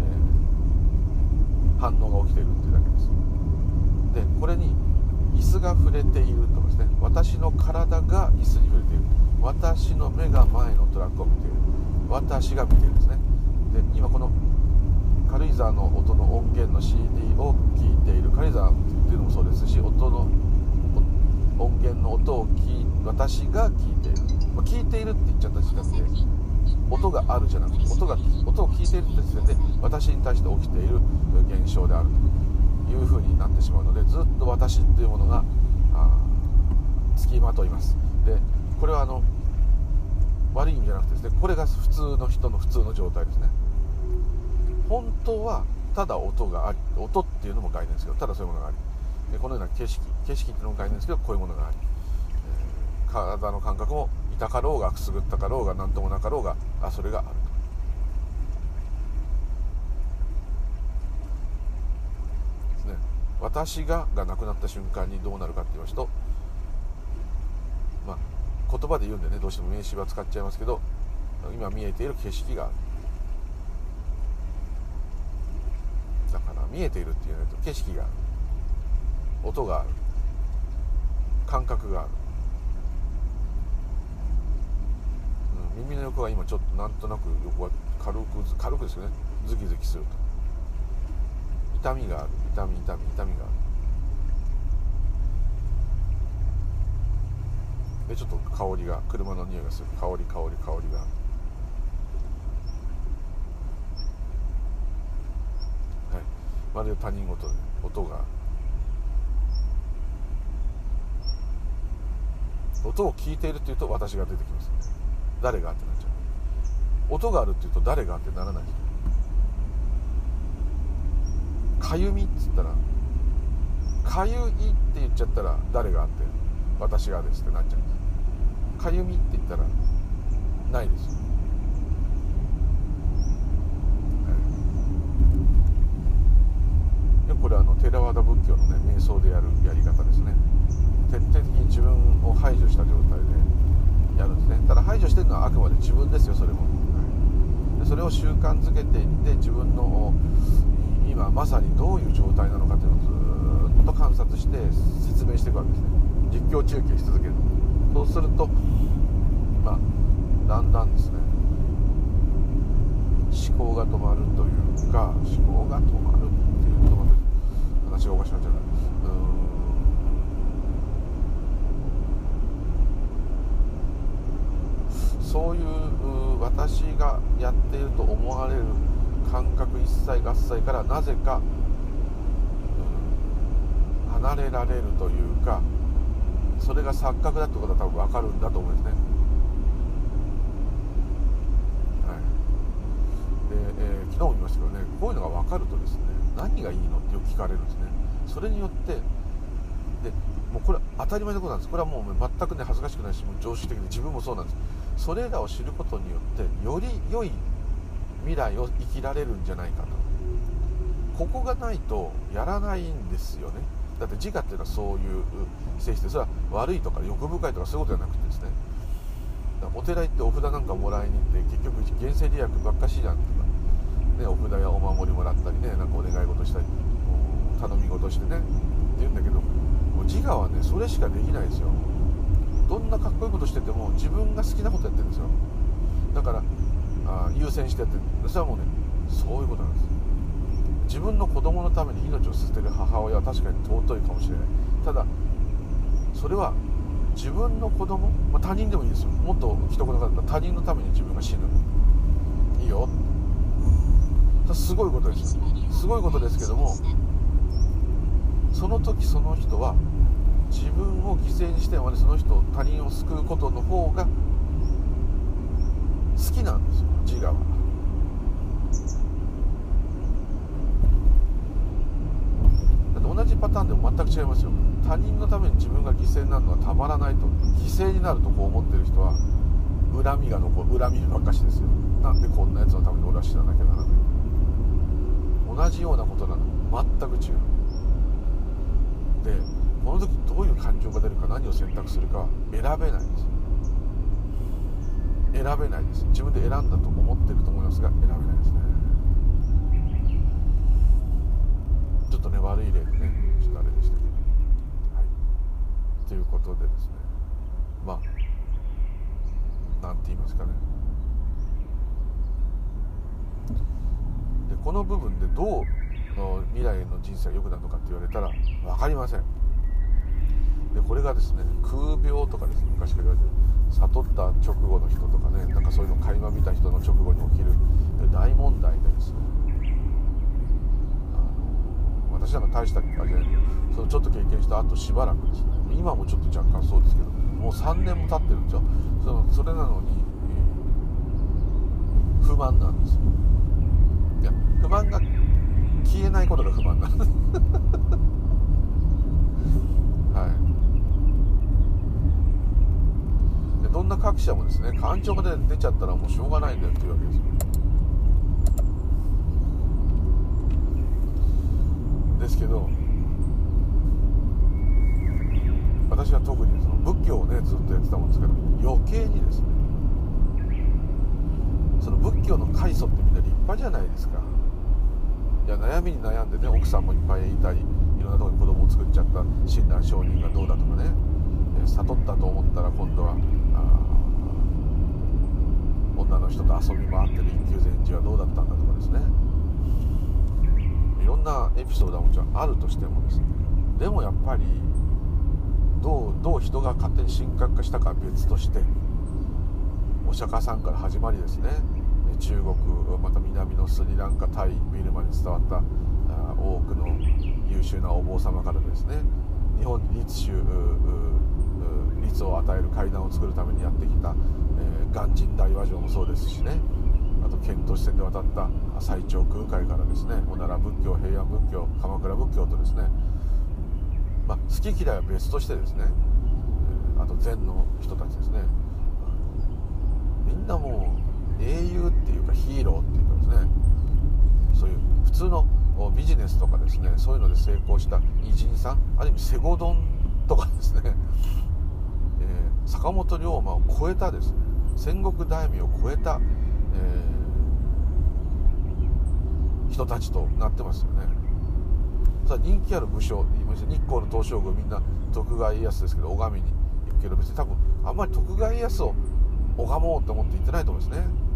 ー、反応が起きているっていうだけです。でこれに椅子が触れているとかですね、私の体が椅子に触れている、私の目が前のトラックを見ている、私が見ているんですね。で今この軽井沢の音の音源の シーディー を聞いている、軽井沢っていうのもそうですし、音の音源の音を聞い私が聞いている、まあ、聞いているって言っちゃった時点で音があるじゃなくて、音が音を聞いているって時点で私に対して起きている現象であるという風になってしまうので、ずっと私っていうものがつきまといます。でこれはあの悪い意味じゃなくてですね、これが普通の人の普通の状態ですね。本当はただ音があり、音っていうのも概念ですけど、ただそういうものがあり、でこのような景色景色っていうのも概念ですけど、こういうものがあり、えー、体の感覚も痛かろうがくすぐったかろうが何ともなかろうがあそれがあるとですね。私ががなくなった瞬間にどうなるかって言いますと、まあ言葉で言うんでね、どうしても名詞は使っちゃいますけど、今見えている景色がある。だから見えているって言わないと景色がある、音がある、感覚がある、うん、耳の横が今ちょっとなんとなく横が軽く軽くですよね、ズキズキすると、痛みがある、痛み痛み痛みがある。でちょっと香りが、車の匂いがする、香り香り香りがある。まるで他人事で音がある。音を聞いているっていうと私が出てきます。誰がってなっちゃう。音があるっていうと誰がってならないです。かゆみって言ったら、かゆいって言っちゃったら誰があって私がですってなっちゃうんです。かゆみって言ったらないですよ。これはあのテラワダ仏教のね瞑想でやるやり方ですね。徹底的に自分を排除した状態でやるんですね。ただ排除してるのはあくまで自分ですよ、それも。でそれを習慣づけていって自分の今まさにどういう状態なのかというのをずっと観察して説明していくわけですね。実況中継し続ける。そうするとまあだんだんですね、 思考が止まるというか、思考が止まるっていうとまた話がおかしくなっちゃう。うーんそういう私がやっていると思われる感覚一切合切からなぜか、うん、離れられるというか、それが錯覚だってことは多分分かるんだと思うんですね。でえー、昨日も言いましたけどね、こういうのが分かるとですね、何がいいのってよく聞かれるんですね。それによってでもうこれは当たり前のことなんです。これはもう全くね恥ずかしくないし、もう常識的で自分もそうなんです。それらを知ることによってより良い未来を生きられるんじゃないかと。ここがないとやらないんですよね。だって自我っていうのはそういう性質で、それは悪いとか欲深いとかそういうことじゃなくてですね、お寺行ってお札なんかもらいに行って結局現世利益ばっかしじゃんとか、ね、お札やお守りもらったりね、なんかお願い事したり頼み事してねって言うんだけど、もう自我はねそれしかできないですよ。どんなかっこいいことしてても自分が好きなことやってるんですよ。だからあ優先してやってる。それはもうねそういうことなんです。自分の子供のために命を捨てる母親は確かに尊いかもしれない。ただそれは自分の子供、まあ、他人でもいいですよ。もっと一言だったら他人のために自分が死ぬいいよ、すごいことです。すごいことですけども、その時その人は自分を犠牲にしてまでその人他人を救うことの方が好きなんですよ、自我は。だって同じパターンでも全く違いますよ。他人のために自分が犠牲になるのはたまらないと、犠牲になるとこう思ってる人は恨みが残る、恨みばっかしですよ。なんでこんなやつのために俺は死ななきゃならない。同じようなことなの、全く違う。でこの時どういう感情が出るか、何を選択するかは選べないです。選べないです。自分で選んだと思ってると思いますが選べないですね。ちょっとね悪い例でねちょっとあれでしたけど、はい、ということでですね、まあなんて言いますかね、でこの部分でどう未来の人生が良くなるのかって言われたら分かりません。でこれがですね空病とかですね、昔から言われてる悟った直後の人とかね、なんかそういうのを垣間見た人の直後に起きる大問題でですね、あの私なんか大したあれじゃないけど、そのちょっと経験した後しばらくですね、今もちょっと若干そうですけどもうさんねんも経ってるんですよ。そのそれなのに、えー、不満なんです。いや不満が消えないことが不満なんですはいでどんな各社もですね、感情が出ちゃったらもうしょうがないんだよっていうわけですよ。ですけど私は特にその仏教をねずっとやってたもんですから余計にですね、その仏教の開祖ってみんな立派じゃないですか。いや悩みに悩んでね、奥さんもいっぱいいたり、いろんなところに子供を作っちゃった親鸞上人がどうだとかね、悟ったと思ったら今度は女の人と遊び回ってる一級禅師はどうだったんだとかですね、いろんなエピソードはもちろんあるとしてもですね、でもやっぱりどう、どう人が勝手に神格化したかは別として、お釈迦さんから始まりですね、中国また南のスリランカ、タイ、ビルマに伝わった多くの優秀なお坊様からですね、日本に律宗律を与える階段を作るためにやってきた、えー、鑑真大和上もそうですしね、あと遣唐使船で渡った最澄空海からですね、お奈良仏教、平安仏教、鎌倉仏教とですね、まあ、好き嫌いは別としてですね、あと禅の人たちですね、みんなもう英雄っていうかヒーローっていうかですね、そういう普通のビジネスとかですね、そういうので成功した偉人さん、ある意味セゴドンとかですね、えー、坂本龍馬を超えたですね、戦国大名を超えた、えー、人たちとなってますよね。さあ人気ある武将、日光の東照宮、みんな徳川家康ですけど拝みに行くけど、別に多分あんまり徳川家康を拝もうと思って行ってないと思うんですね。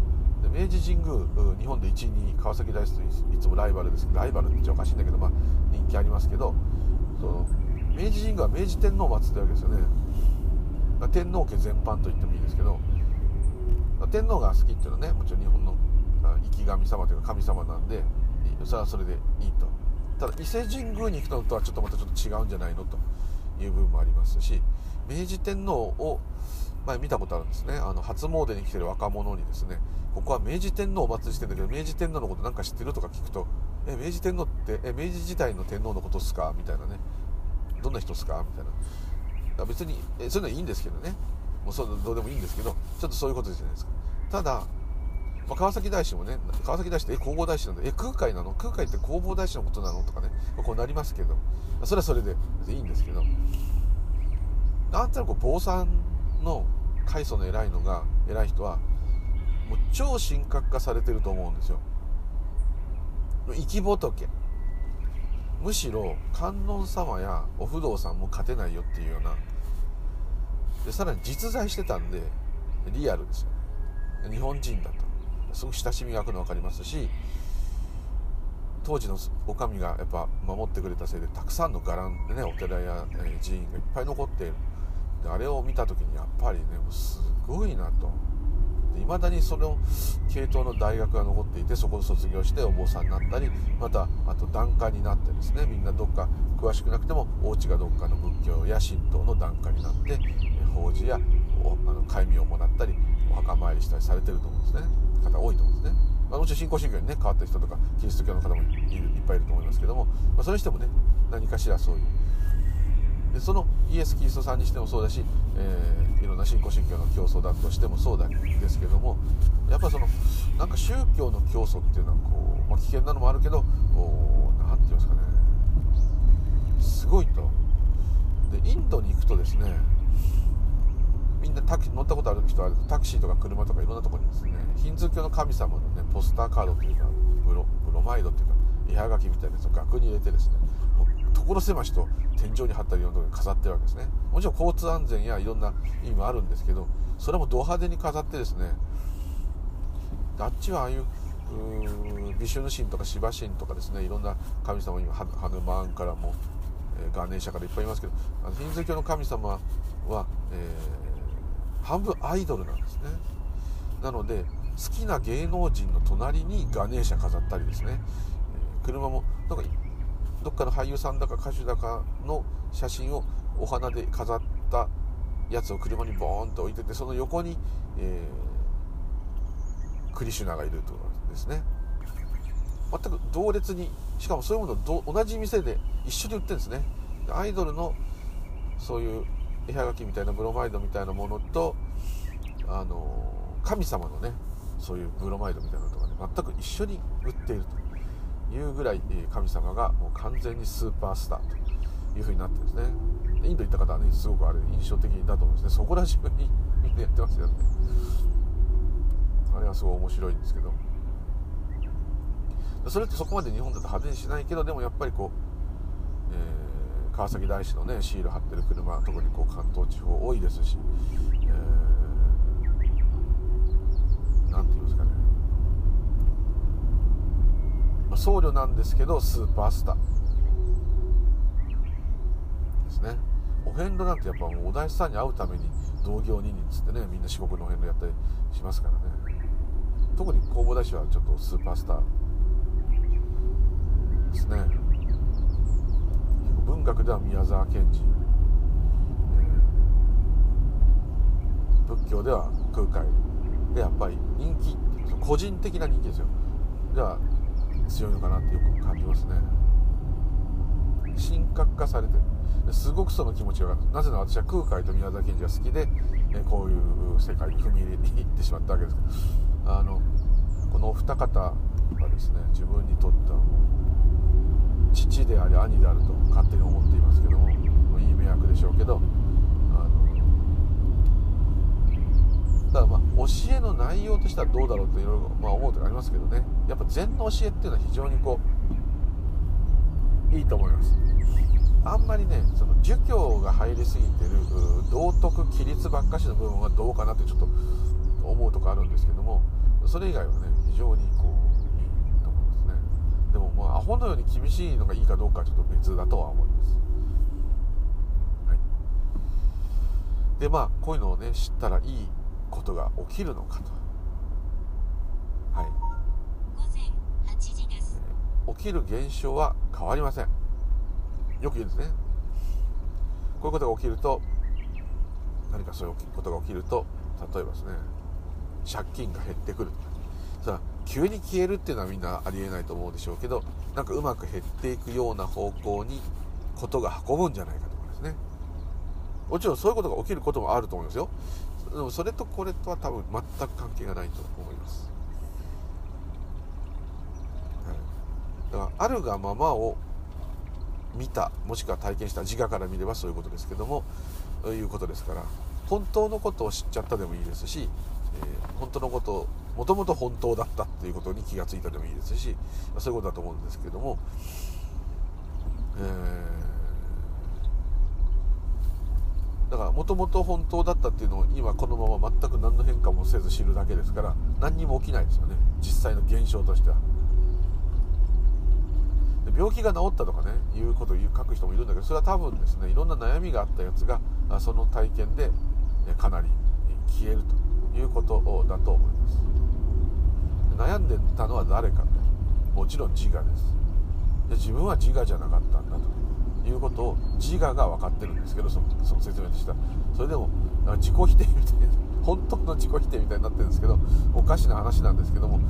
で明治神宮、日本でいちいに川崎大師といつもライバルですけど、ライバルって言っちゃおかしいんだけど、まあ、人気ありますけど、その明治神宮は明治天皇を祀ってるわけですよね。天皇家全般と言ってもいいですけど、天皇が好きっていうのはね、もちろん日本の生き神様というか神様なんで、それはそれでいいと。ただ伊勢神宮に行くのとはちょっとまたちょっと違うんじゃないのという部分もありますし、明治天皇を前見たことあるんですね。あの初詣に来てる若者にですね、ここは明治天皇をお祭りしてるんだけど、明治天皇のことなんか知ってるとか聞くと、え明治天皇ってえ明治時代の天皇のことっすかみたいなね、どんな人っすかみたいな。別にえそういうのはいいんですけどね、もうそうどうでもいいんですけど、ちょっとそういうことじゃないですか。ただ、まあ、川崎大師もね、川崎大師ってえ弘法大師なんで、え空海なの、空海って弘法大師のことなのとかね、こうなりますけど、それはそれでいいんですけど、なんとなく坊さんの開祖の偉いのが偉い人はもう超神格化されてると思うんですよ。生き仏、むしろ観音様やお不動さんも勝てないよっていうようなで、さらに実在してたんでリアルですよ。日本人だとすごく親しみが湧くの分かりますし、当時のお上がやっぱ守ってくれたせいでたくさんの伽藍でね、お寺や寺院がいっぱい残っている。であれを見た時にやっぱりね、すごいなと。いまだにその系統の大学が残っていて、そこを卒業してお坊さんになったり、またあと檀家になってですね、みんなどっか詳しくなくてもお家がどっかの仏教や神道の檀家になって法事やおあの戒名をもらったりお墓参りしたりされてると思うんですね、方多いと思うんですね。まあ、もちろん新興宗教にね変わった人とかキリスト教の方もいるいっぱいいると思いますけども、まあ、それにしてもね、何かしらそういうで、そのイエス・キリストさんにしてもそうだし、えー、いろんな新興宗教の教祖だとしてもそうなんですけども、やっぱそのなんか宗教の教祖っていうのはこう、まあ、危険なのもあるけど、なんていうんですかね、すごいと。でインドに行くとですね、みんなタク乗ったことある人はタクシーとか車とかいろんなところにですね、ヒンズー教の神様のねポスターカードというかブロ、ブロマイドというか絵はがきみたいなやつを額に入れてですね、もう所狭しと天井に貼ったりいろんなところに飾ってるわけですね。もちろん交通安全やいろんな意味もあるんですけど、それもド派手に飾ってですね、あっちはああいうビシュヌ神とかシバ神とかですね、いろんな神様、今ハヌマーンからも、えー、ガネーシャからいっぱいいますけど、あのヒンズー教の神様は、えー、半分アイドルなんですね。なので好きな芸能人の隣にガネーシャ飾ったりですね、えー、車もなんかどっかの俳優さんだか歌手だかの写真をお花で飾ったやつを車にボーンと置いてて、その横に、えー、クリシュナがいるということですね。全く同列に、しかもそういうものを同じ店で一緒に売ってるんですね。アイドルのそういう絵はがきみたいなブロマイドみたいなものと、あの神様のねそういうブロマイドみたいなのとかね、全く一緒に売っているというぐらい神様がもう完全にスーパースターという風になってるんですね。インド行った方はね、すごくあれ印象的だと思うんですね。そこら中にみんなやってますよね。あれはすごい面白いんですけど、それってそこまで日本だと派手にしないけど、でもやっぱりこう、えー、川崎大師のねシール貼ってる車、特にこう関東地方多いですし、えー、なんていうんですかね、まあ、僧侶なんですけどスーパースターですね。お遍路なんてやっぱもうお大師さんに会うために同行二人つってね、みんな四国のお遍路やったりしますからね。特に弘法大師はちょっとスーパースターですね。文学では宮沢賢治、えー、仏教では空海で、やっぱり人気、個人的な人気ですよ、では強いのかなってよく感じますね。神格化されてる、すごくその気持ちが分かる。なぜなら私は空海と宮沢賢治が好きで、えー、こういう世界に踏み入れに行ってしまったわけです。あのこのお二方はですね、自分にとってはもう父であり兄であると勝手に思っていますけども、いい迷惑でしょうけど、あのただまあ教えの内容としてはどうだろうといろいろまあ思うとこありますけどね、やっぱ禅の教えっていうのは非常にこういいと思います。あんまりね、その儒教が入りすぎてる道徳規律ばっかしの部分はどうかなってちょっと思うとこあるんですけども、それ以外はね非常にこういいと思いますね。でもまあアホのように厳しいのがいいかどうかはちょっと別だとは思います。はい、でまあこういうのをね知ったらいいことが起きるのかと。はい。 午前はちじです。 起きる現象は変わりません。よく言うんですね。こういうことが起きると、何かそういうことが起きると、例えばですね、借金が減ってくる。さあ急に消えるっていうのはみんなありえないと思うでしょうけど、なんかうまく減っていくような方向にことが運ぶんじゃないかとかですね。もちろんそういうことが起きることもあると思いますよ。でもそれとこれとは多分全く関係がないと思います。はい、だからあるがままを見た、もしくは体験した、自我から見ればそういうことですけども、いうことですから、本当のことを知っちゃったでもいいですし、えー、本当のことをもともと本当だったっていうことに気がついたでもいいですし、そういうことだと思うんですけども、えー、だからもともと本当だったっていうのを今このまま全く何の変化もせず知るだけですから、何にも起きないですよね、実際の現象としては。病気が治ったとかねいうことを言う書く人もいるんだけど、それは多分ですね、いろんな悩みがあったやつがその体験でかなり消えるということだと思います。悩んでたのは誰か、もちろん自我です。で自分は自我じゃなかったんだということを自我が分かってるんですけど、その、その説明としてはそれでも自己否定みたいな、本当の自己否定みたいになってるんですけど、おかしな話なんですけども、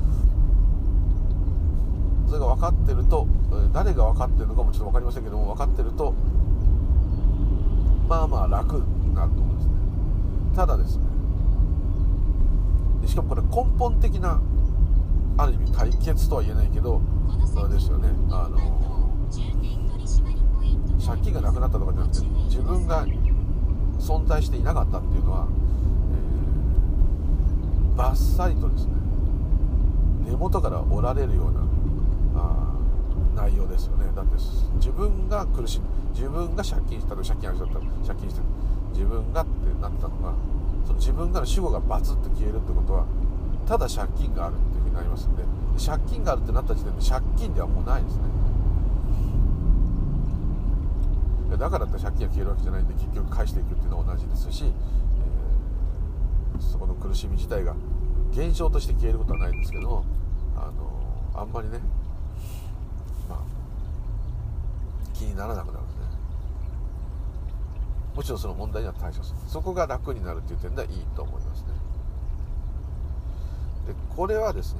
それが分かってると、誰が分かってるのかもちょっと分かりませんけども、分かってるとまあまあ楽になると思うんですね。ただですね、しかもこれ根本的なある意味解決とは言えないけど、あれですよね、あの借金がなくなったとかじゃなくて、自分が存在していなかったっていうのは、えー、バッサリとですね根元から折られるようなあ内容ですよね。だって自分が苦しむ、自分が借金したら借金ある人だったら借金してる、自分がってなったのが、その自分がの主語がバツッと消えるってことは、ただ借金があるっていうふうになりますんで、借金があるってなった時点で借金ではもうないですね。だからって借金が消えるわけじゃないんで、結局返していくっていうのは同じですし、えー、そこの苦しみ自体が現象として消えることはないんですけども、あのあんまりね、まあ気にならなくなるんですね。もちろんその問題には対処する、そこが楽になるという点ではいいと思いますね。でこれはですね、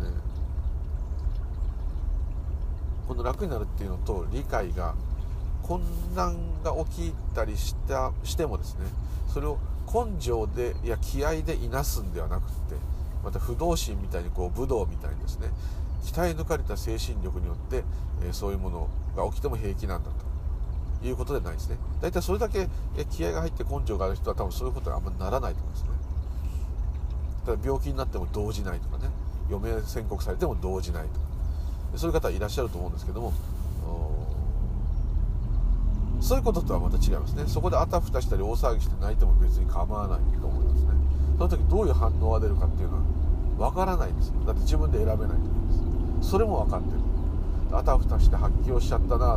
この楽になるっていうのと理解が、混乱が起きたりしたしてもですね、それを根性でいや気合でいなすんではなくって、また不動心みたいにこう武道みたいにですね、鍛え抜かれた精神力によって、えー、そういうものが起きても平気なんだということではないですね。だいたいそれだけ気合が入って根性がある人は多分そういうことがあんまりならないと思いますね。ただ病気になっても動じないとかね、余命宣告されても動じないとか、そういう方いらっしゃると思うんですけども、そういうこととはまた違いますね。そこであたふたしたり大騒ぎして泣いても別に構わないと思いますね。その時どういう反応が出るかっていうのは分からないんですよ。だって自分で選べないと思います。それも分かってる。あたふたして発狂しちゃったなって、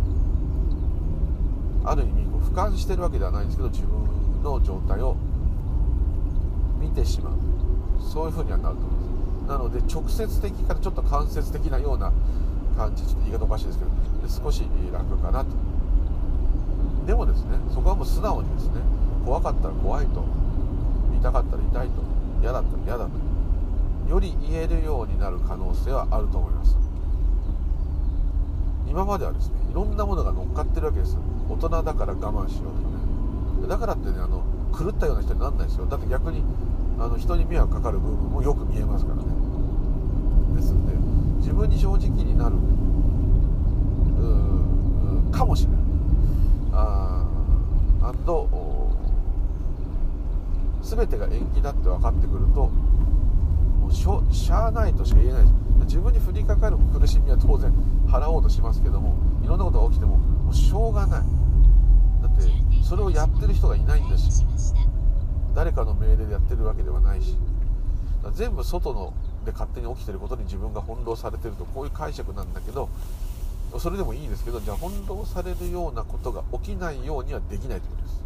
ある意味こう俯瞰してるわけではないんですけど、自分の状態を見てしまう、そういう風にはなると思います。なので直接的からちょっと間接的なような感じ、ちょっと言い方おかしいですけど、少し楽かなと。でもですね、そこはもう素直にですね、怖かったら怖いと、痛かったら痛いと、嫌だったら嫌だと、より言えるようになる可能性はあると思います。今まではですね、いろんなものが乗っかってるわけです。大人だから我慢しようとかね、だからってね、あの狂ったような人にならないですよ。だって逆にあの人に迷惑かかる部分もよく見えますからね。ですので自分に正直になるうかもしれない。あアンド全てが延期だって分かってくると、もうしょしゃあないとしか言えないです。自分に降りかかる苦しみは当然払おうとしますけども、いろんなことが起きてももうしょうがない。だってそれをやってる人がいないんだし、誰かの命令でやってるわけではないし、 全部外ので勝手に起きてることに自分が翻弄されてると、こういう解釈なんだけど、それでもいいですけど、じゃあ翻弄されるようなことが起きないようにはできないということです。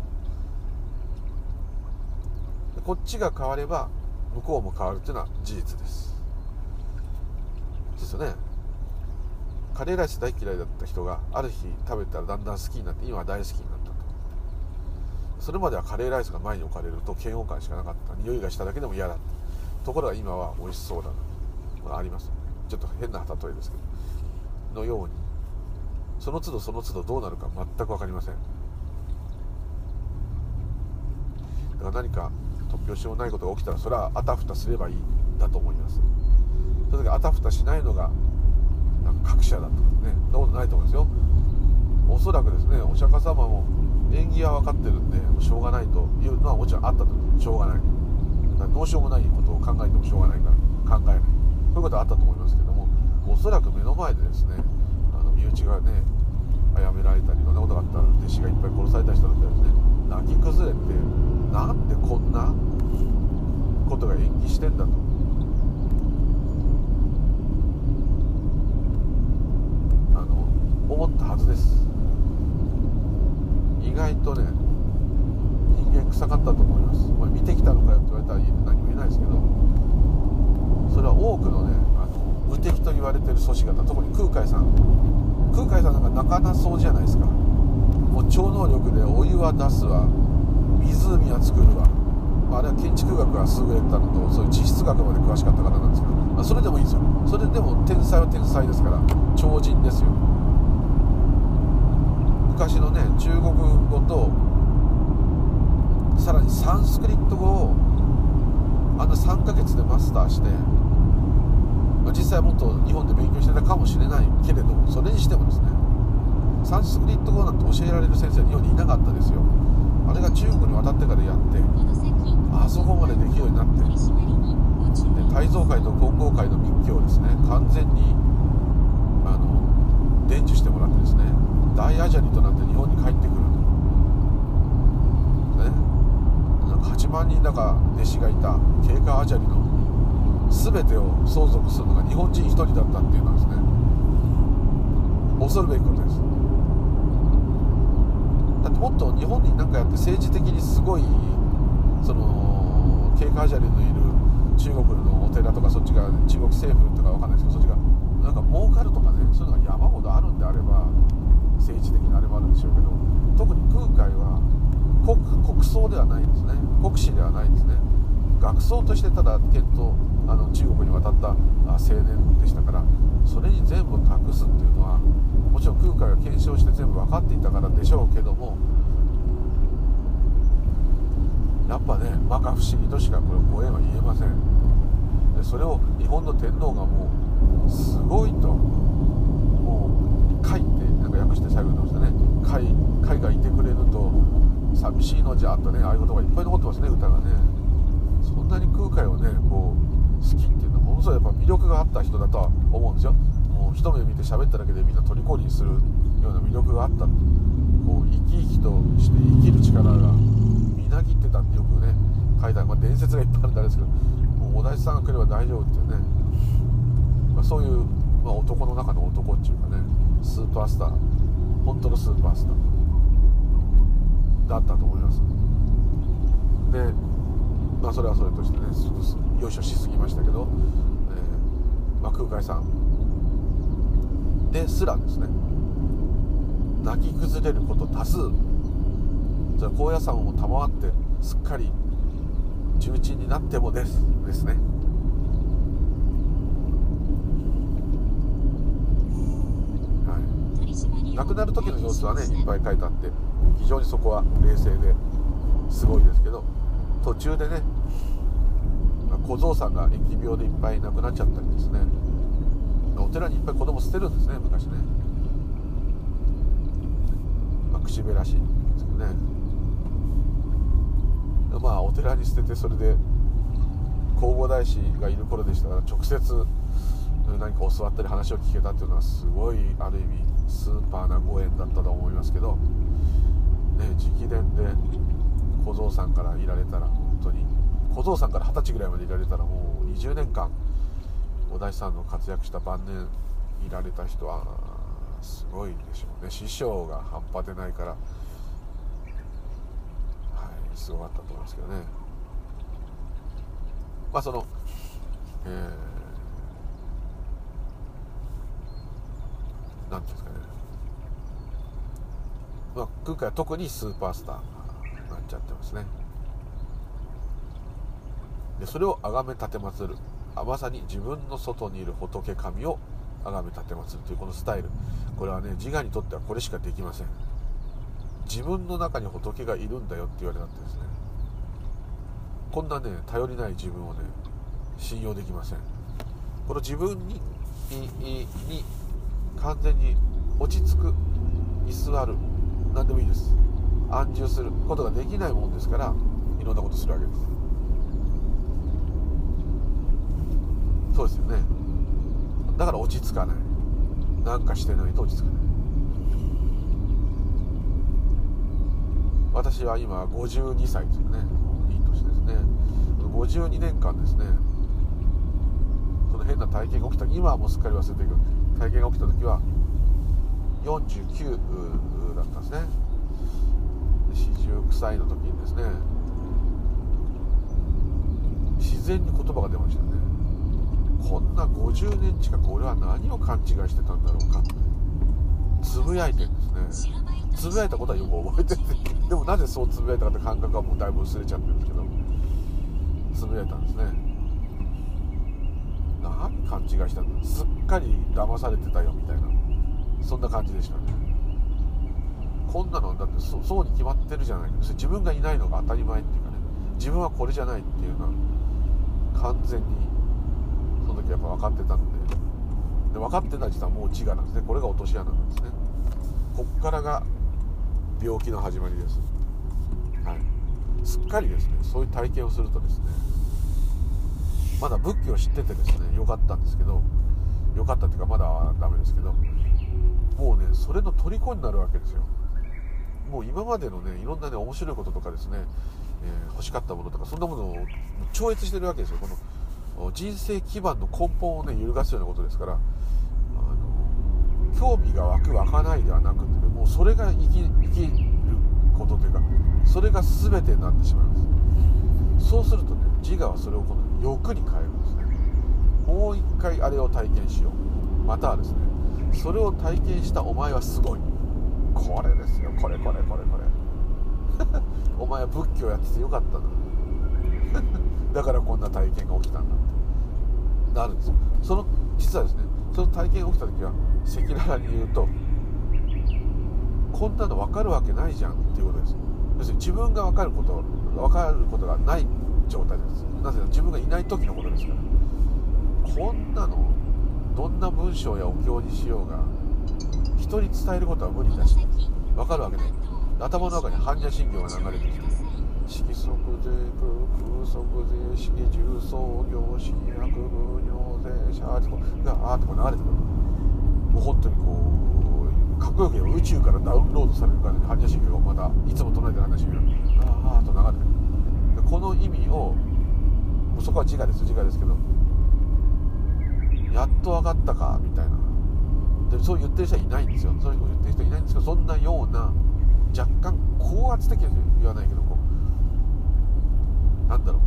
こっちが変われば向こうも変わるというのは事実です。ですよね。カレーライス大嫌いだった人がある日食べたらだんだん好きになって、今は大好きになったと。それまではカレーライスが前に置かれると嫌悪感しかなかった、匂いがしただけでも嫌だった。ところが今は美味しそうだな、まあ、あります。ちょっと変な例えですけどのように、その都度その都度どうなるか全く分かりません。だから何か突拍子もないことが起きたら、それはあたふたすればいいんだと思います。それだけあたふたしないのがなんか格者だとかね、そんなことないと思いますよ。おそらくですね、お釈迦様も縁起は分かってるんでしょうがないというのはもちろんあったと思う。しょうがない、だからどうしようもないことを考えてもしょうがないから考えない、こういうことはあったと思いますけども、おそらく目の前でですね、あの身内がね殺められたりいろんなことがあった、弟子がいっぱい殺された人だったらですね、泣き崩れて、なんでこんなことが延期してんだと、あの思ったはずです。意外とね人間臭かったと思います。まあ、見てきたのかよって言われたら何も言えないですけど、それは多くのねあの無敵と言われてる祖師方、特に空海さん空海さんなんか泣かなそうじゃないですか。もう超能力でお湯は出すわ、湖は作るわ、まあ、あれは建築学が優れたのと、そういう地質学まで詳しかった方なんですけど、まあ、それでもいいですよ。それでも天才は天才ですから、超人ですよ。昔のね中国語とさらにサンスクリット語をあんなさんかげつでマスターして、まあ、実際はもっと日本で勉強してたかもしれないけれども、それにしてもですね、サンスクリット語なんて教えられる先生は日本にいなかったですよ。あれが中国に渡ってからやって、あそこまでできるようになって、で大蔵会と金剛会の密教をですね完全にあの伝授してもらってですね、大アジャリとなって日本に帰ってくると、ね、なんかはちまんにんだか弟子がいた慶華アジャリの全てを相続するのが日本人一人だったっていうのはですね、恐るべきことです。だってもっと日本に何かやって政治的にすごいその慶華アジャリのいる中国のお寺とか、そっちが中国政府とかわかんないですけど、そっちがなんか儲かるとかね、そういうのが山ほどあるんであれば政治的なあれもあるんでしょうけど、特に空海は 国, 国葬ではないんですね、国史ではないんですね。学僧としてただ検討あの中国に渡った青年でしたから、それに全部託すっていうのはもちろん空海が検証して全部分かっていたからでしょうけども、やっぱね摩訶不思議としかこれご縁は言えません。でそれを日本の天皇がもうすごいと、もう海ってなんか訳して最後に言ってましたね、海, 海がいてくれると寂しいのじゃとね、ああいうことがいっぱい残ってますね、歌がね。そんなに空海をねこう好きっていうのはものすごいやっぱ魅力があった人だとは思うんですよ。もう一目見て喋っただけでみんな虜にするような魅力があった。こう生き生きとして生きる力がみなぎってたってよくね書いてある、まあ、伝説がいっぱいあるんであれですけど、もうお大師さんが来れば大丈夫っていうね、まあ、そういう、まあ、男の中の男っていうかね、スーパースター、本当のスーパースターだったと思います。でまあそれはそれとしてね、よいしょしすぎましたけど、えーまあ、空海さんですらですね泣き崩れること多数、それは高野山を賜ってすっかり重鎮になってもですですね、はい、亡くなる時の様子はねいっぱい書いてあって、非常にそこは冷静ですごいですけど、途中でね小僧さんが疫病でいっぱい亡くなっちゃったりですね、お寺にいっぱい子供捨てるんですね昔ね、まあ、口べらしいんですけどね、まあお寺に捨てて、それで弘法大師がいる頃でしたから直接何か教わったり話を聞けたっていうのはすごいある意味スーパーなご縁だったと思いますけど、ね、直伝で小僧さんからいられたら、本当に小僧さんから二十歳ぐらいまでいられたらもうにじゅうねんかんお大師さんの活躍した晩年いられた人はすごいでしょうね。師匠が半端でないから、はい、すごかったと思いますけどね。まあその、えー、なんていうんですかね、まあ、今回は特にスーパースターになっちゃってますね。でそれを崇め立てまつる、まさに自分の外にいる仏神を崇め立てまつるというこのスタイル、これはね自我にとってはこれしかできません。自分の中に仏がいるんだよって言われたってですね、こんなね頼りない自分をね信用できません。この自分ににに完全に落ち着く、居座る、何でもいいです、安住することができないもんですから、いろんなことするわけです。そうですよね。だから落ち着かない、なんかしてないと落ち着かない。私は今ごじゅうにさいですよね。いい年ですね。ごじゅうにねんかんですね、その変な体験が起きた、今はもうすっかり忘れてるけど、体験が起きた時はよんじゅうきゅうだったんですね。四十九歳の時にですね、自然に言葉が出ましたね。こんなごじゅうねん近く俺は何を勘違いしてたんだろうかってつぶやいてるんですね。つぶやいたことはよく覚えてて、でもなぜそうつぶやいたかって感覚はもうだいぶ薄れちゃってるんですけど、つぶやいたんですね。何勘違いしたんだ、すっかり騙されてたよみたいな、そんな感じでしたね。こんなのだって そ, そうに決まってるじゃないか、自分がいないのが当たり前っていうかね、自分はこれじゃないっていうのは完全にその時やっぱ分かってたんで、で分かってた実はもう自我なんですね。これが落とし穴なんですね。こっからが病気の始まりです。はい、すっかりですねそういう体験をするとですね、まだ仏教を知っててですねよかったんですけど、よかったっていうかまだダメですけど、もうねそれの虜になるわけですよ。もう今までのねいろんなね面白いこととかですね、えー、欲しかったものとかそんなものを超越してるわけですよ。この人生基盤の根本をね揺るがすようなことですから、あの興味が湧く湧かないではなくて、ね、もうそれが生き、生きることというか、それが全てになってしまいます。そうするとね自我はそれをこの欲に変えるんですね。もう一回あれを体験しよう、またはですねそれを体験したお前はすごい、これですよ、これこれこれこれお前は仏教やっててよかったなだからこんな体験が起きたんだってなるんですよ。その実はですねその体験が起きた時は赤裸々に言うと、こんなの分かるわけないじゃんっていうことです。要するに自分が分かること分かることがない状態です。なぜなら自分がいない時のことですから。こんなのどんな文章やお経にしようが人に伝えることは無理だし分かるわけない。頭の中に般若心経が流れてきて、色即税空空即税式重創業新薬分尿税シャーチコがあーってこう流れてくる。もう本当にこうかっこよく言えば宇宙からダウンロードされるから般若心経がまたいつも唱えてる般若心経があーっと流れてくる。でこの意味をそこは自我です自我ですけど、やっと分かったかみたいな。でそう言ってる人はいないんですよ。そういうこと言ってる人はいないんですけど、そんなような若干高圧的な言わないけど、こうなんだろう、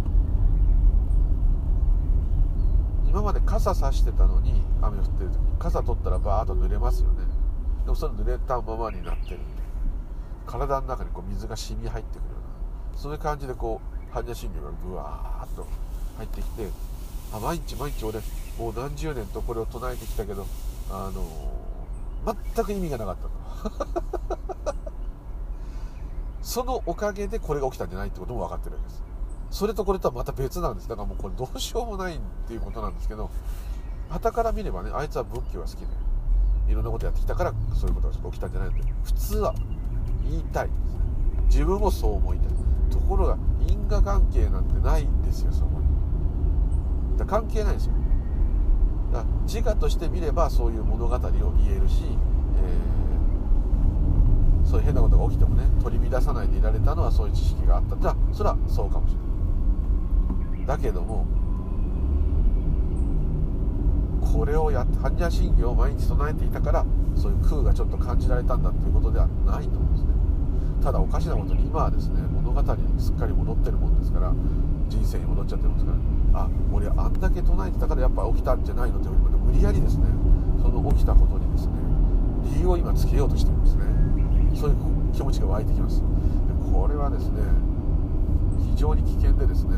今まで傘差してたのに雨降ってる時に傘取ったらバーッと濡れますよね。でもそれ濡れたままになってるんで、体の中にこう水が染み入ってくるような、そういう感じでこう般若心経がブワーッと入ってきて、あ毎日毎日俺もう何十年とこれを唱えてきたけど、あのー、全く意味がなかったとそのおかげでこれが起きたんじゃないってことも分かってるわけです。それとこれとはまた別なんです。だからもうこれどうしようもないっていうことなんですけど、傍から見ればね、あいつは仏教が好きでいろんなことやってきたからそういうことが起きたんじゃないのって普通は言いたいですね。自分もそう思いたい。ところが因果関係なんてないんですよ。そこにだから関係ないんですよ。だから自我として見ればそういう物語を言えるし、えー、そういう変なことが起きてもね取り乱さないでいられたのはそういう知識があった。じゃあそれはそうかもしれない。だけどもこれをやって般若心経を毎日唱えていたからそういう空がちょっと感じられたんだっていうことではないと思うんですね。ただおかしなことに今はですね物語にすっかり戻ってるもんですから、人生に戻っちゃってるもんですから、あ、俺あんだけ唱えてたからやっぱ起きたんじゃないのということで無理やりですねその起きたことにですね理由を今つけようとしてるんですね。そういう気持ちが湧いてきます。でこれはですね非常に危険でですね、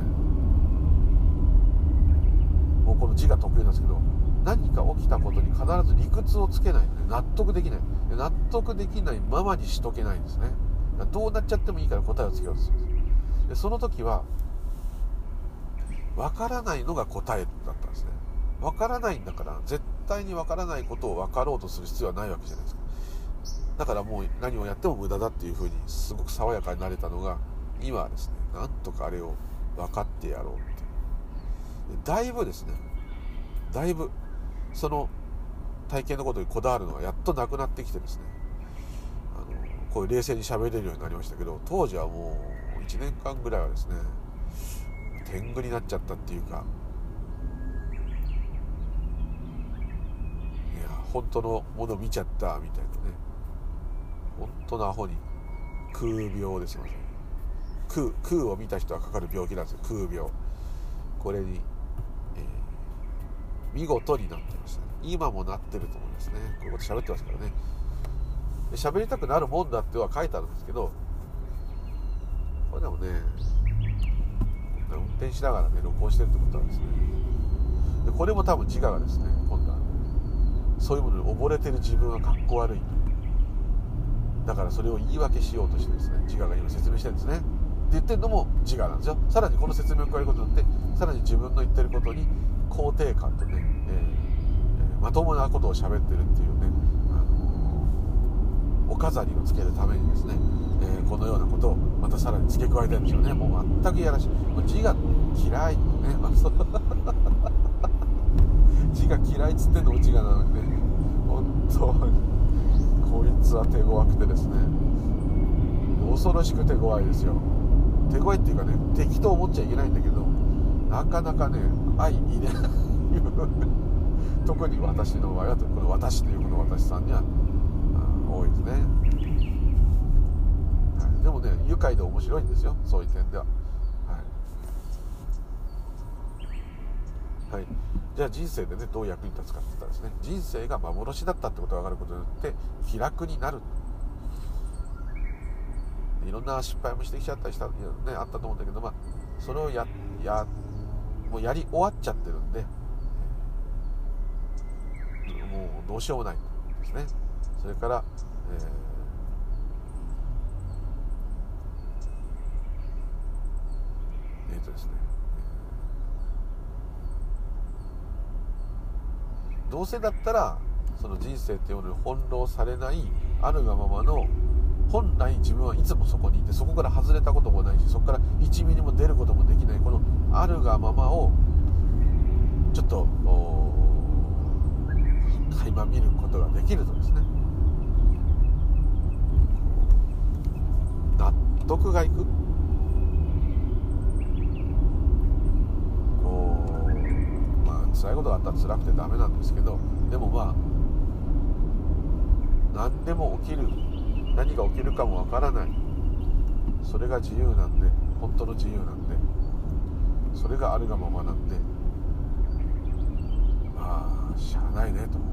もうこの字が得意なんですけど、何か起きたことに必ず理屈をつけない、ね、納得できない納得できないままにしとけないんですね。どうなっちゃってもいいから答えをつけようとするんです。でその時は分からないのが答えだったんですね。分からないんだから絶対に分からないことを分かろうとする必要はないわけじゃないですか。だからもう何をやっても無駄だっていうふうにすごく爽やかになれたのが、今はですねなんとかあれを分かってやろうってだいぶですねだいぶその体験のことにこだわるのがやっとなくなってきてですね、あのこういう冷静に喋れるようになりましたけど、当時はもういちねんかんぐらいはですね天狗になっちゃったっていうか、いや本当のもの見ちゃったみたいなね、本当のアホに空病ですよね。空空を見た人はかかる病気なんですよ、空病。これに、えー、見事になってましたね。今もなってると思いますね。こういうこと喋ってますからね。で喋りたくなるもんだっては書いてあるんですけど、これでもね運転しながらね録音してるってことはですね、でこれも多分自我がですね今度はそういうものに溺れてる自分はかっこ悪い、だからそれを言い訳しようとしてですね自我が今説明してるんですねって言ってるのも自我なんですよ。さらにこの説明を加えることによってさらに自分の言ってることに肯定感とね、えーえー、まともなことを喋ってるっていうね、あのー、お飾りをつけるためにですね、えー、このようなことをまたさらに付け加えてるんでしょうね。もう全くいやらしい。もう自我嫌いね自我嫌いっつってんのも自我なのにね、本当にこいつは手強くてですね恐ろしく手強いですよ。手強いっていうかね敵と思っちゃいけないんだけどなかなかね相入れない特に私の場合はこの私というこの私さんには多いですね、はい、でもね愉快で面白いんですよ、そういう点では。はい、はい、じゃあ人生でねどう役に立つかって言ったらですね、人生が幻だったってことが分かることによって気楽になる。いろんな失敗もしてきちゃったりした、ね、あったと思うんだけど、まあ、それをややもうやり終わっちゃってるんで、もうどうしようもないですね。それから、えー、えーとですね、どうせだったらその人生っていうものに翻弄されないあるがままの本来自分はいつもそこにいてそこから外れたこともないしそこからいちミリも出ることもできないこのあるがままをちょっと垣間見ることができるとですね納得がいく、こうまあ辛いことがあったら辛くてダメなんですけど、でもまあ何でも起きる、何が起きるかもわからない、それが自由なんで、本当の自由なんで、それがあるがままなんで、まあしゃあないねと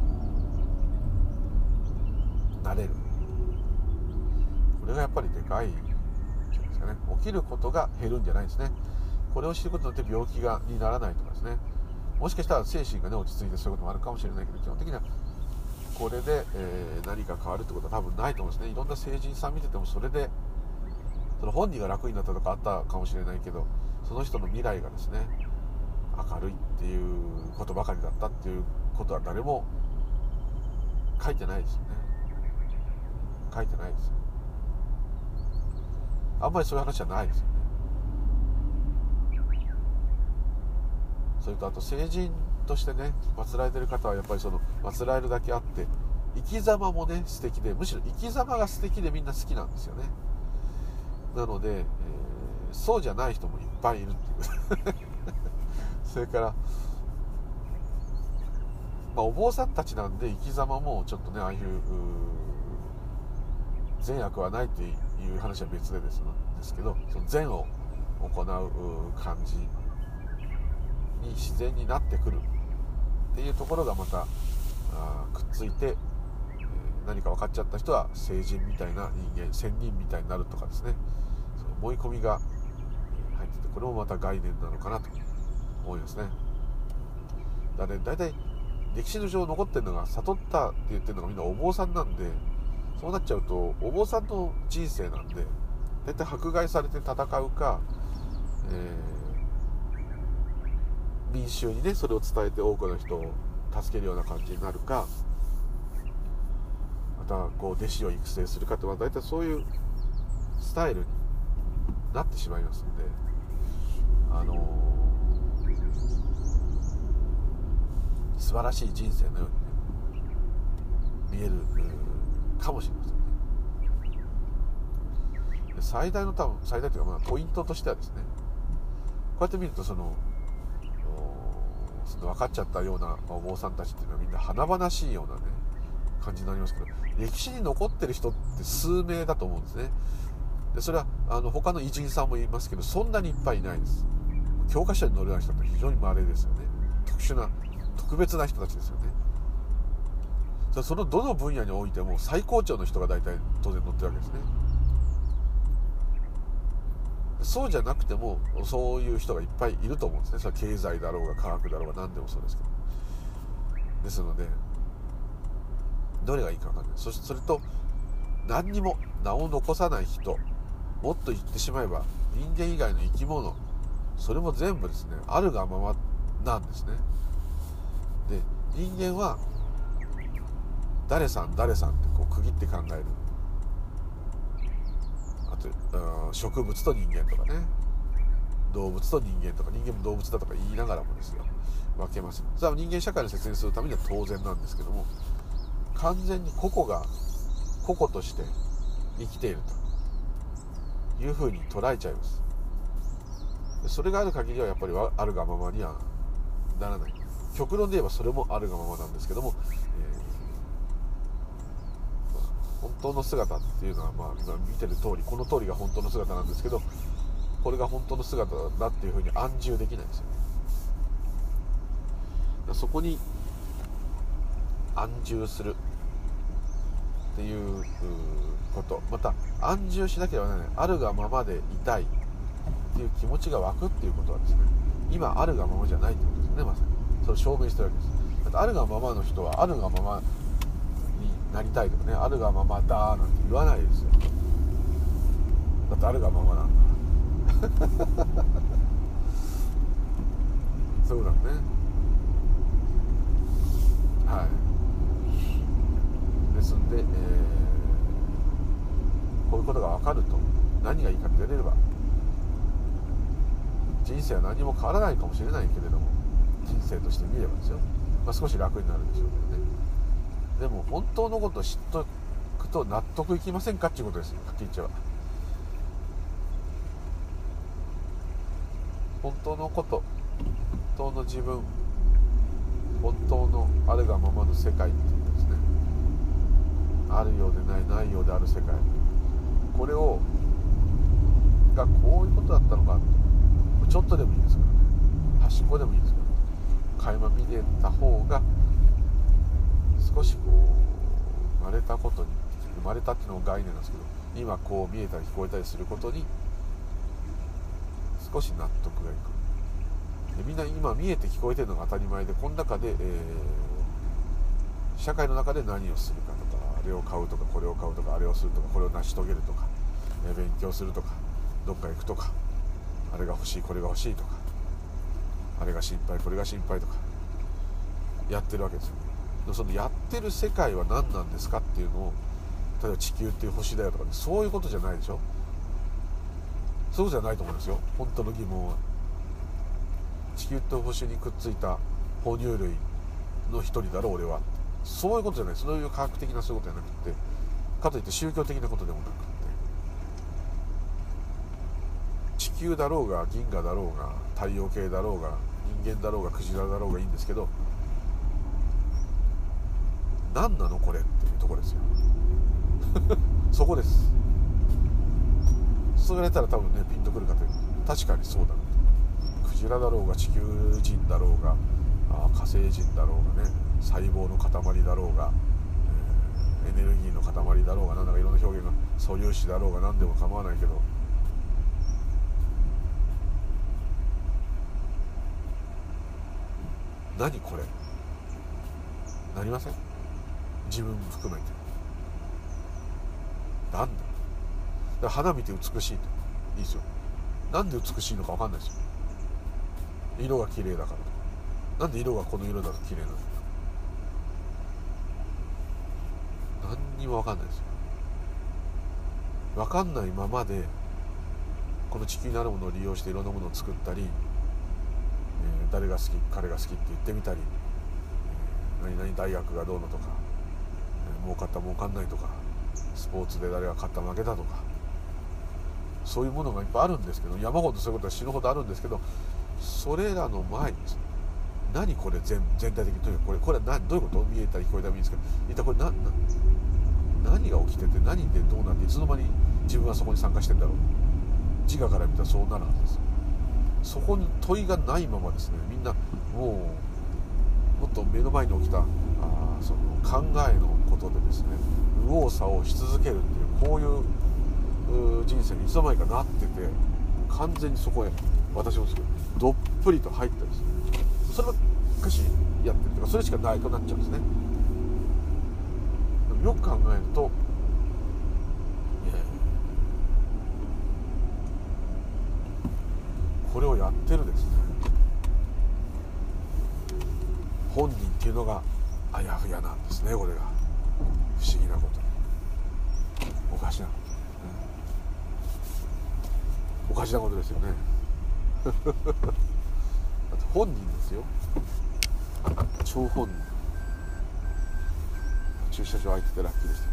なれる。これがやっぱりでかいじゃないですかね。起きることが減るんじゃないですね。これを知ることによって病気がにならないとかですね、もしかしたら精神がね落ち着いてそういうこともあるかもしれないけど、基本的にはこれで、えー、何か変わるってことは多分ないと思うんですね。いろんな成人さん見ててもそれでその本人が楽になったとかあったかもしれないけど、その人の未来がですね明るいっていうことばかりだったっていうことは誰も書いてないですよね。書いてないですよ。あんまりそういう話はないですよね。それとあと成人としてね祀られてる方はやっぱりその祀られるだけあって生き様もね素敵で、むしろ生き様が素敵でみんな好きなんですよね。なので、えー、そうじゃない人もいっぱいいるっていうそれからまあ、お坊さんたちなんで生き様もちょっとねああいう善悪はないという話は別でですですけど、その善を行う感じに自然になってくるっていうところがまたあくっついて、えー、何か分かっちゃった人は聖人みたいな人間、仙人みたいになるとかですね、その思い込みが入ってて、これもまた概念なのかなと思いますね。だからね、大体歴史の上残ってるのが、悟ったって言ってるのがみんなお坊さんなんで、そうなっちゃうとお坊さんの人生なんで、大体迫害されて戦うか、えー、民衆にねそれを伝えて多くの人を助けるような感じになるか、またこう弟子を育成するかって、大体そういうスタイルになってしまいますんで、あのー、素晴らしい人生のように、ね、見えるかもしれませんね。で最大の多分最大というか、まあポイントとしてはですね、こうやって見るとそのその分かっちゃったようなお坊さんたちっていうのはみんな華々しいようなね感じになりますけど、歴史に残ってる人って数名だと思うんですね。でそれはあの他の偉人さんも言いますけど、そんなにいっぱいいないです。教科書に載るような人って非常に稀ですよね。特殊な特別な人たちですよね。そのどの分野においても最高潮の人が大体当然載ってるわけですね。そうじゃなくてもそういう人がいっぱいいると思うんですね。それは経済だろうが科学だろうが何でもそうですけど、ですのでどれがいいか分かんない。そしてそれと何にも名を残さない人、もっと言ってしまえば人間以外の生き物、それも全部ですねあるがままなんですね。で人間は誰さん誰さんってこう区切って考える。あと植物と人間とかね、動物と人間とか、人間も動物だとか言いながらもですよ分けます。それは人間社会の説明するためには当然なんですけども、完全に個々が個々として生きているというふうに捉えちゃいます。それがある限りはやっぱりあるがままにはならない。極論で言えばそれもあるがままなんですけども、えー本当の姿っていうのは、まあ、今見てる通り、この通りが本当の姿なんですけど、これが本当の姿だっていうふうに暗示できないんですよね。そこに暗示するっていうこと、また暗示しなければならない、あるがままでいたいっていう気持ちが湧くっていうことはですね、今あるがままじゃないってことですね。まさにそれを証明してるわけです。だってあるがままの人はあるがままなりたいとかね、あるがままだなんて言わないですよ。だってあるがままなんだそうだね。はい。ですんで、えー、こういうことが分かると何がいいかって言われれば、人生は何も変わらないかもしれないけれども、人生として見ればですよ、まあ、少し楽になるでしょうけどね。でも本当のことを知っとくと納得いきませんかっていうことですよ、はっきり言っちゃう。本当のこと、本当の自分、本当のあるがままの世界っていうですね、あるようでない、ないようである世界、これをがこういうことだったのか、ちょっとでもいいですからね、端っこでもいいですから垣間見れた方が少しこう生まれたことに、生まれたっていうのも概念なんですけど、今こう見えたり聞こえたりすることに少し納得がいく。でみんな今見えて聞こえてるのが当たり前で、この中で、えー、社会の中で何をするかとか、あれを買うとかこれを買うとか、あれをするとかこれを成し遂げるとか、えー、勉強するとか、どっか行くとか、あれが欲しいこれが欲しいとか、あれが心配これが心配とかやってるわけですよね。そのやってる世界は何なんですかっていうのを、例えば地球っていう星だよとか、ね、そういうことじゃないでしょ。そういうことじゃないと思うんですよ、本当の疑問は。地球と星にくっついた哺乳類の一人だろう俺は、そういうことじゃない。そういう科学的なそういうことじゃなくて、かといって宗教的なことでもなくて、地球だろうが銀河だろうが太陽系だろうが人間だろうがクジラだろうがいいんですけど、 何なのこれっていうところですよそこです。そう言われたら多分ねピンとくるかという、確かにそうだなと。クジラだろうが地球人だろうがあ火星人だろうがね、細胞の塊だろうが、えー、エネルギーの塊だろうが、なんだかいろんな表現が、素粒子だろうが何でも構わないけど、何これなりません？自分も含めて。なんだ、だから花見て美しいといいですよ。なんで美しいのか分かんないですよ。色が綺麗だからとか、なんで色がこの色だと綺麗なのか、何にも分かんないですよ。分かんないままでこの地球にあるものを利用していろんなものを作ったり、えー、誰が好き彼が好きって言ってみたり、えー、何々大学がどうのとか、えー、儲かった儲かんないとか、スポーツで誰が勝った負けたとか、そういうものがいっぱいあるんですけど、山ほどそういうことは死ぬほどあるんですけど、それらの前にですね、何これ 全, 全体的にとにかくこれこれは何どういうこと、見えたり聞こえたらいいんですけど、一体これなな何が起きてて、何でどうなっていつの間に自分はそこに参加してんだろう。自我から見たらそうなるはずです。そこに問いがないままですね、みんなもうもっと目の前に起きたあその考えのことでですね右往左往し続けるっていう、こういう人生にいつの間にかなってて、完全にそこへ私もどっぷりと入ったんですね。そればっかしやってるとか、それしかないとなっちゃうんですね。でもよく考えると、これをやってるですね本人っていうのがあやふやなんですね。これが不思議なこと、おかしなこと、うん、おかしなことですよねだって本人ですよ、超本人。駐車場空いててラッキーでした。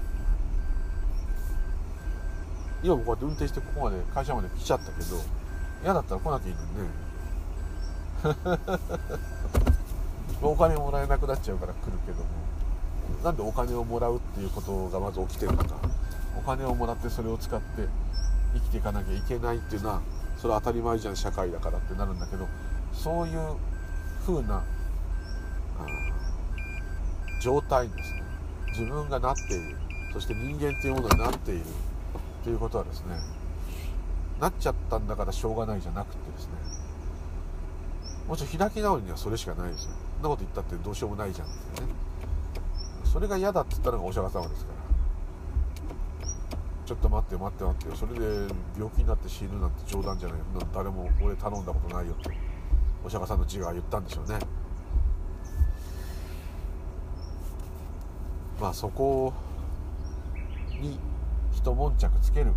今もこうやって運転してここまで会社まで来ちゃったけど、嫌だったら来なきゃいいのにねお金もらえなくなっちゃうから来るけども、なんでお金をもらうっていうことがまず起きてるのか、お金をもらってそれを使って生きていかなきゃいけないっていうのは、それは当たり前じゃん社会だからってなるんだけど、そういう風な状態にですね自分がなっている、そして人間というものになっているということはですね、なっちゃったんだからしょうがないじゃなくてですね、もちろん開き直りにはそれしかないですよ。そんなこと言ったってどうしようもないじゃんっていうね。それが嫌だって言ったのがお釈迦様ですから、ちょっと待ってよ待ってよ待ってよ、それで病気になって死ぬなんて冗談じゃない、誰も俺頼んだことないよってお釈迦さんの自我は言ったんでしょうね。まあそこに一悶着つける、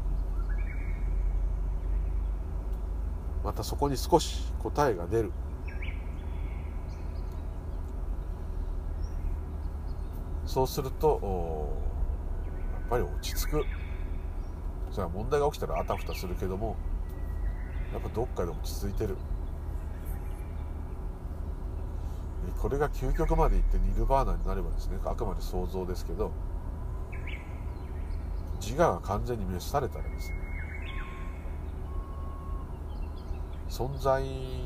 またそこに少し答えが出る、そうするとやっぱり落ち着く。それは問題が起きたらあたふたするけども、やっぱどっかで落ち着いてる。これが究極までいってニルバーナになればですね、あくまで想像ですけど、自我が完全に滅されたらですね、存在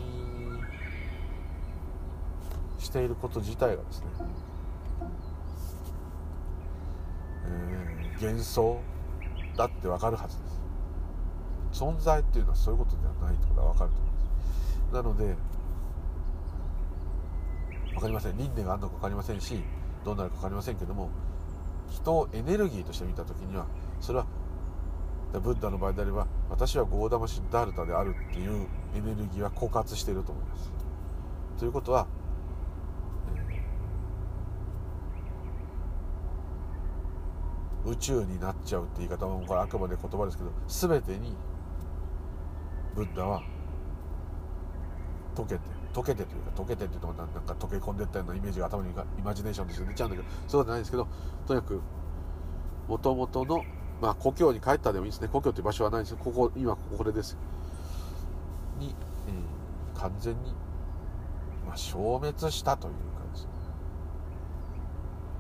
していること自体がですね、えー、幻想だって分かるはずです。存在っていうのはそういうことではないということが分かると思います。なので分かりません、輪廻があるのか分かりませんし、どうなるか分かりませんけども、人をエネルギーとして見たときには、それはブッダの場合であれば、私はゴーダマシッダールタであるっていうエネルギーは枯渇していると思います。ということは、えー、宇宙になっちゃうって言い方もこれあくまで言葉ですけど、全てにブッダは溶けて溶けてというか、溶けてっていうとなんか溶け込んでいったようなイメージが頭にイマジネーションとして出ちゃうんだけど、そうじゃないんですけど、とにかく元々の、まあ、故郷に帰ったでもいいですね。故郷という場所はないんですけど、ここ今これですに、えー、完全に、まあ、消滅したというかですね、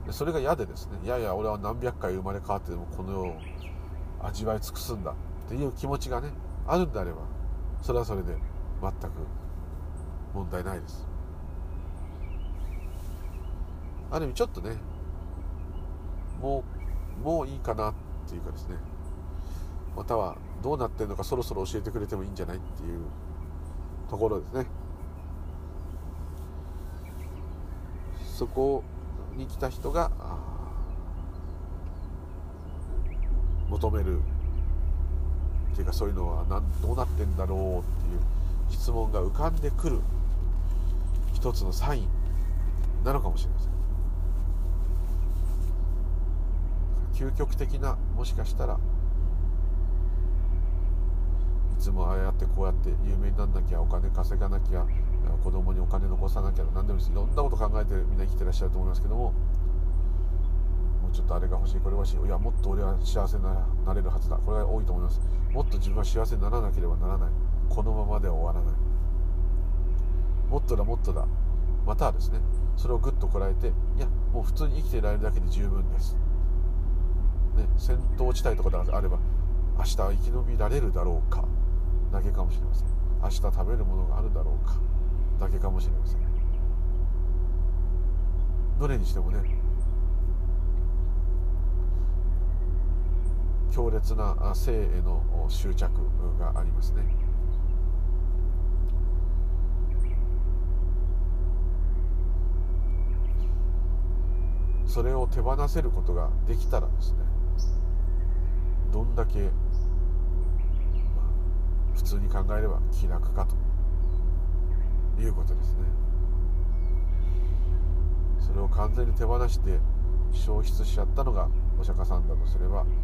でそれが嫌でですね、いやいや俺は何百回生まれ変わってでもこの世を味わい尽くすんだっていう気持ちがねあるんであれば、それはそれで全く問題ないです。ある意味ちょっとね、もうもういいかなっていうかですね、またはどうなってるのかそろそろ教えてくれてもいいんじゃないっていうところですね。そこに来た人が求めるっていうか、そういうのはなんどうなってんだろうっていう質問が浮かんでくる一つのサインなのかもしれません。究極的な、もしかしたらいつもああやってこうやって有名になんなきゃ、お金稼がなきゃ、子供にお金残さなきゃ、何でもいいです。いろんなこと考えてみんな生きてらっしゃると思いますけども、もうちょっとあれが欲しいこれが欲しい、いやもっと俺は幸せになれるはずだ、これが多いと思います。もっと自分は幸せにならなければならない、このままでは終わらない、もっとだもっとだ、またはですねそれをぐっとこらえて、いやもう普通に生きていられるだけで十分です、ね、戦闘地帯とかであれば明日は生き延びられるだろうかだけかもしれません。明日食べるものがあるだろうかだけかもしれません。どれにしてもね、強烈な性への執着がありますね。それを手放せることができたらですね、どんだけ、まあ、普通に考えれば気楽かということですね。それを完全に手放して消失しちゃったのがお釈迦さんだとすれば、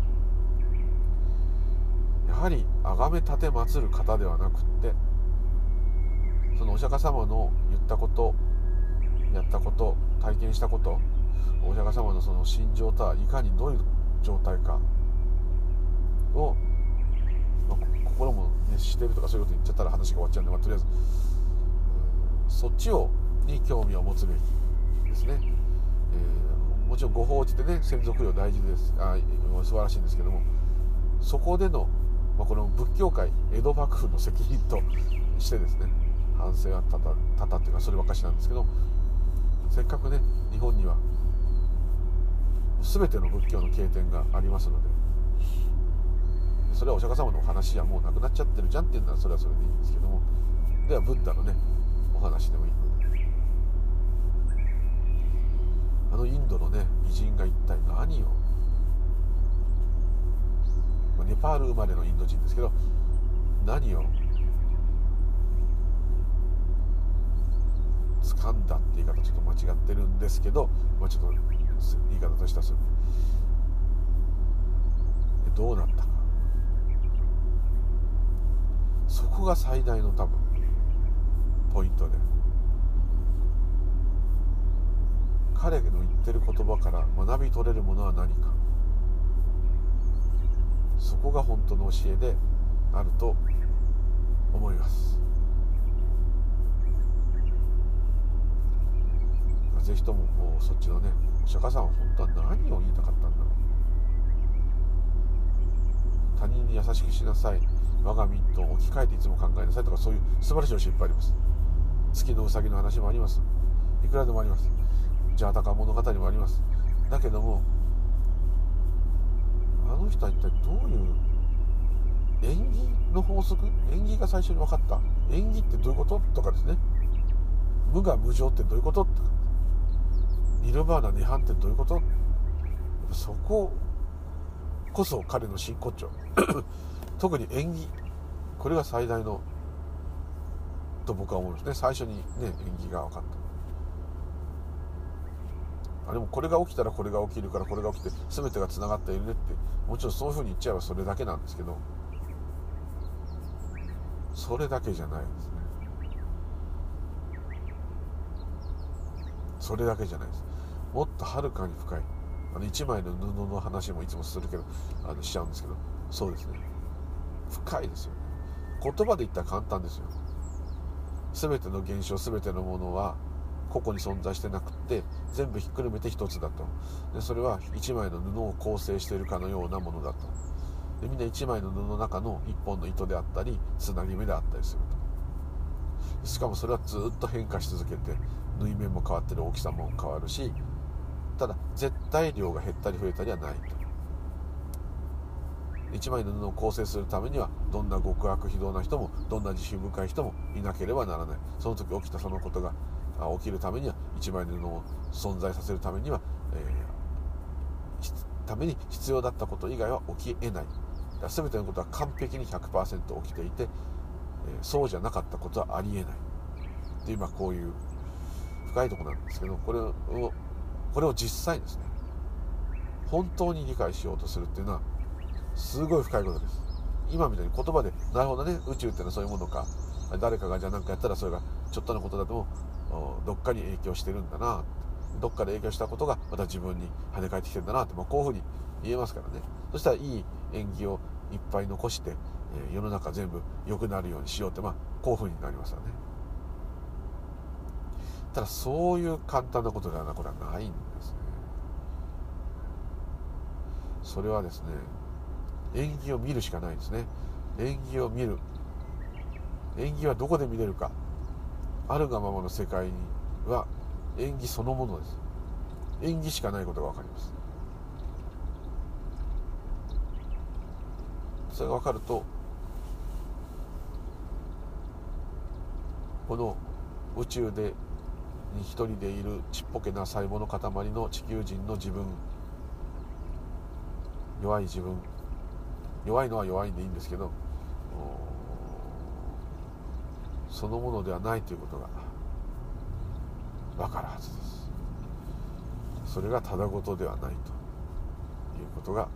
やはり崇め立て祀る方ではなくって、そのお釈迦様の言ったこと、やったこと、体験したこと、お釈迦様のその心情とはいかにどういう状態かを、まあ、心も熱してるとかそういうこと言っちゃったら話が終わっちゃうんで、まあ、とりあえずそっちをに興味を持つべきですね。えー、もちろんご法事でね先祖供養大事です、あ素晴らしいんですけども、そこでの、まあ、この仏教界江戸幕府の責任としてですね、反省は多々多々っていうかそればっかしなんですけど、せっかくね日本には全ての仏教の経典がありますので、それはお釈迦様のお話はもうなくなっちゃってるじゃんっていうのはそれはそれでいいんですけども、ではブッダのねお話でもいいので、あのインドのね偉人が一体何を、ネパール生まれのインド人ですけど、何を掴んだって言い方ちょっと間違ってるんですけど、まあ、ちょっと言い方としてはそれどうなったか、そこが最大の多分ポイントで、彼の言ってる言葉から学び取れるものは何か、そこが本当の教えであると思います。ぜひとももうそっちのねお釈迦さんは本当は何を言いたかったんだろう、他人に優しくしなさい、我が身と置き換えていつも考えなさいとか、そういう素晴らしい教えいっぱいあります。月のうさぎの話もあります。いくらでもあります。ジャータカ物語もあります。だけどもあの人は一体どういう縁起の法則、縁起が最初に分かった、縁起ってどういうこととかですね、無我無常ってどういうこととか、ニルバーナ涅槃ってどういうこと、そここそ彼の真骨頂特に縁起、これが最大のと僕は思うんですね。最初にね縁起が分かった、あでもこれが起きたらこれが起きるからこれが起きて全てがつながっているねって、もちろんそういう風に言っちゃえばそれだけなんですけど、それだけじゃないですね。それだけじゃないです。もっとはるかに深い、あの一枚の布の話もいつもするけどあのしちゃうんですけど、そうですね、深いですよね。言葉で言ったら簡単ですよ。全ての現象、全てのものは個々に存在してなくて全部ひっくるめて一つだと。でそれは一枚の布を構成しているかのようなものだと。でみんな一枚の布の中の一本の糸であったりつなぎ目であったりすると。しかもそれはずっと変化し続けて、縫い目も変わってる、大きさも変わるし、ただ絶対量が減ったり増えたりはないと。一枚の布を構成するためにはどんな極悪非道な人もどんな慈悲深い人もいなければならない。その時起きたそのことが起きるためには、一枚の布を存在させるためには、えー、ために必要だったこと以外は起きえない。だから全てのことは完璧に ひゃくパーセント 起きていて、えー、そうじゃなかったことはありえないで、今こういう深いところなんですけど、これをこれを実際ですね、本当に理解しようとするっていうのはすごい深いことです。今みたいに言葉でなるほどね、宇宙ってのはそういうものか、誰かがじゃあ何かやったらそれがちょっとのことだともどっかに影響してるんだな、どっかで影響したことがまた自分に跳ね返ってきてるんだなって、まあ、こういうふうに言えますからね。そしたらいい縁起をいっぱい残して、えー、世の中全部良くなるようにしようって、まあこういうふうになりますよね。ただそういう簡単なことではなこれはないんですね。それはですね、縁起を見るしかないですね。縁起を見る。縁起はどこで見れるか。あるがままの世界には縁起そのものです。縁起しかないことが分かります。それが分かると、この宇宙でに一人でいるちっぽけな細胞の塊の地球人の自分、弱い自分、弱いのは弱いんでいいんですけど、そのものではないということが分かるはずです。それがただごとではないということが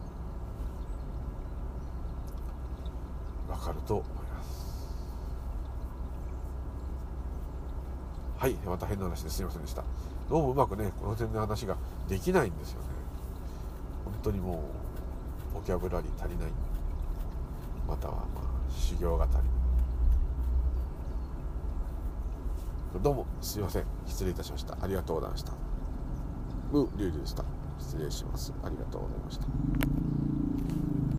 分かると思います。はい、また変な話ですいませんでした。どうもうまくねこの点の話ができないんですよね。本当にもうボキャブラリー足りない、またはまあ修行が足りない。どうもすいません、失礼いたしました。ありがとうございました。ムーリュウリュウでした。失礼します。ありがとうございました。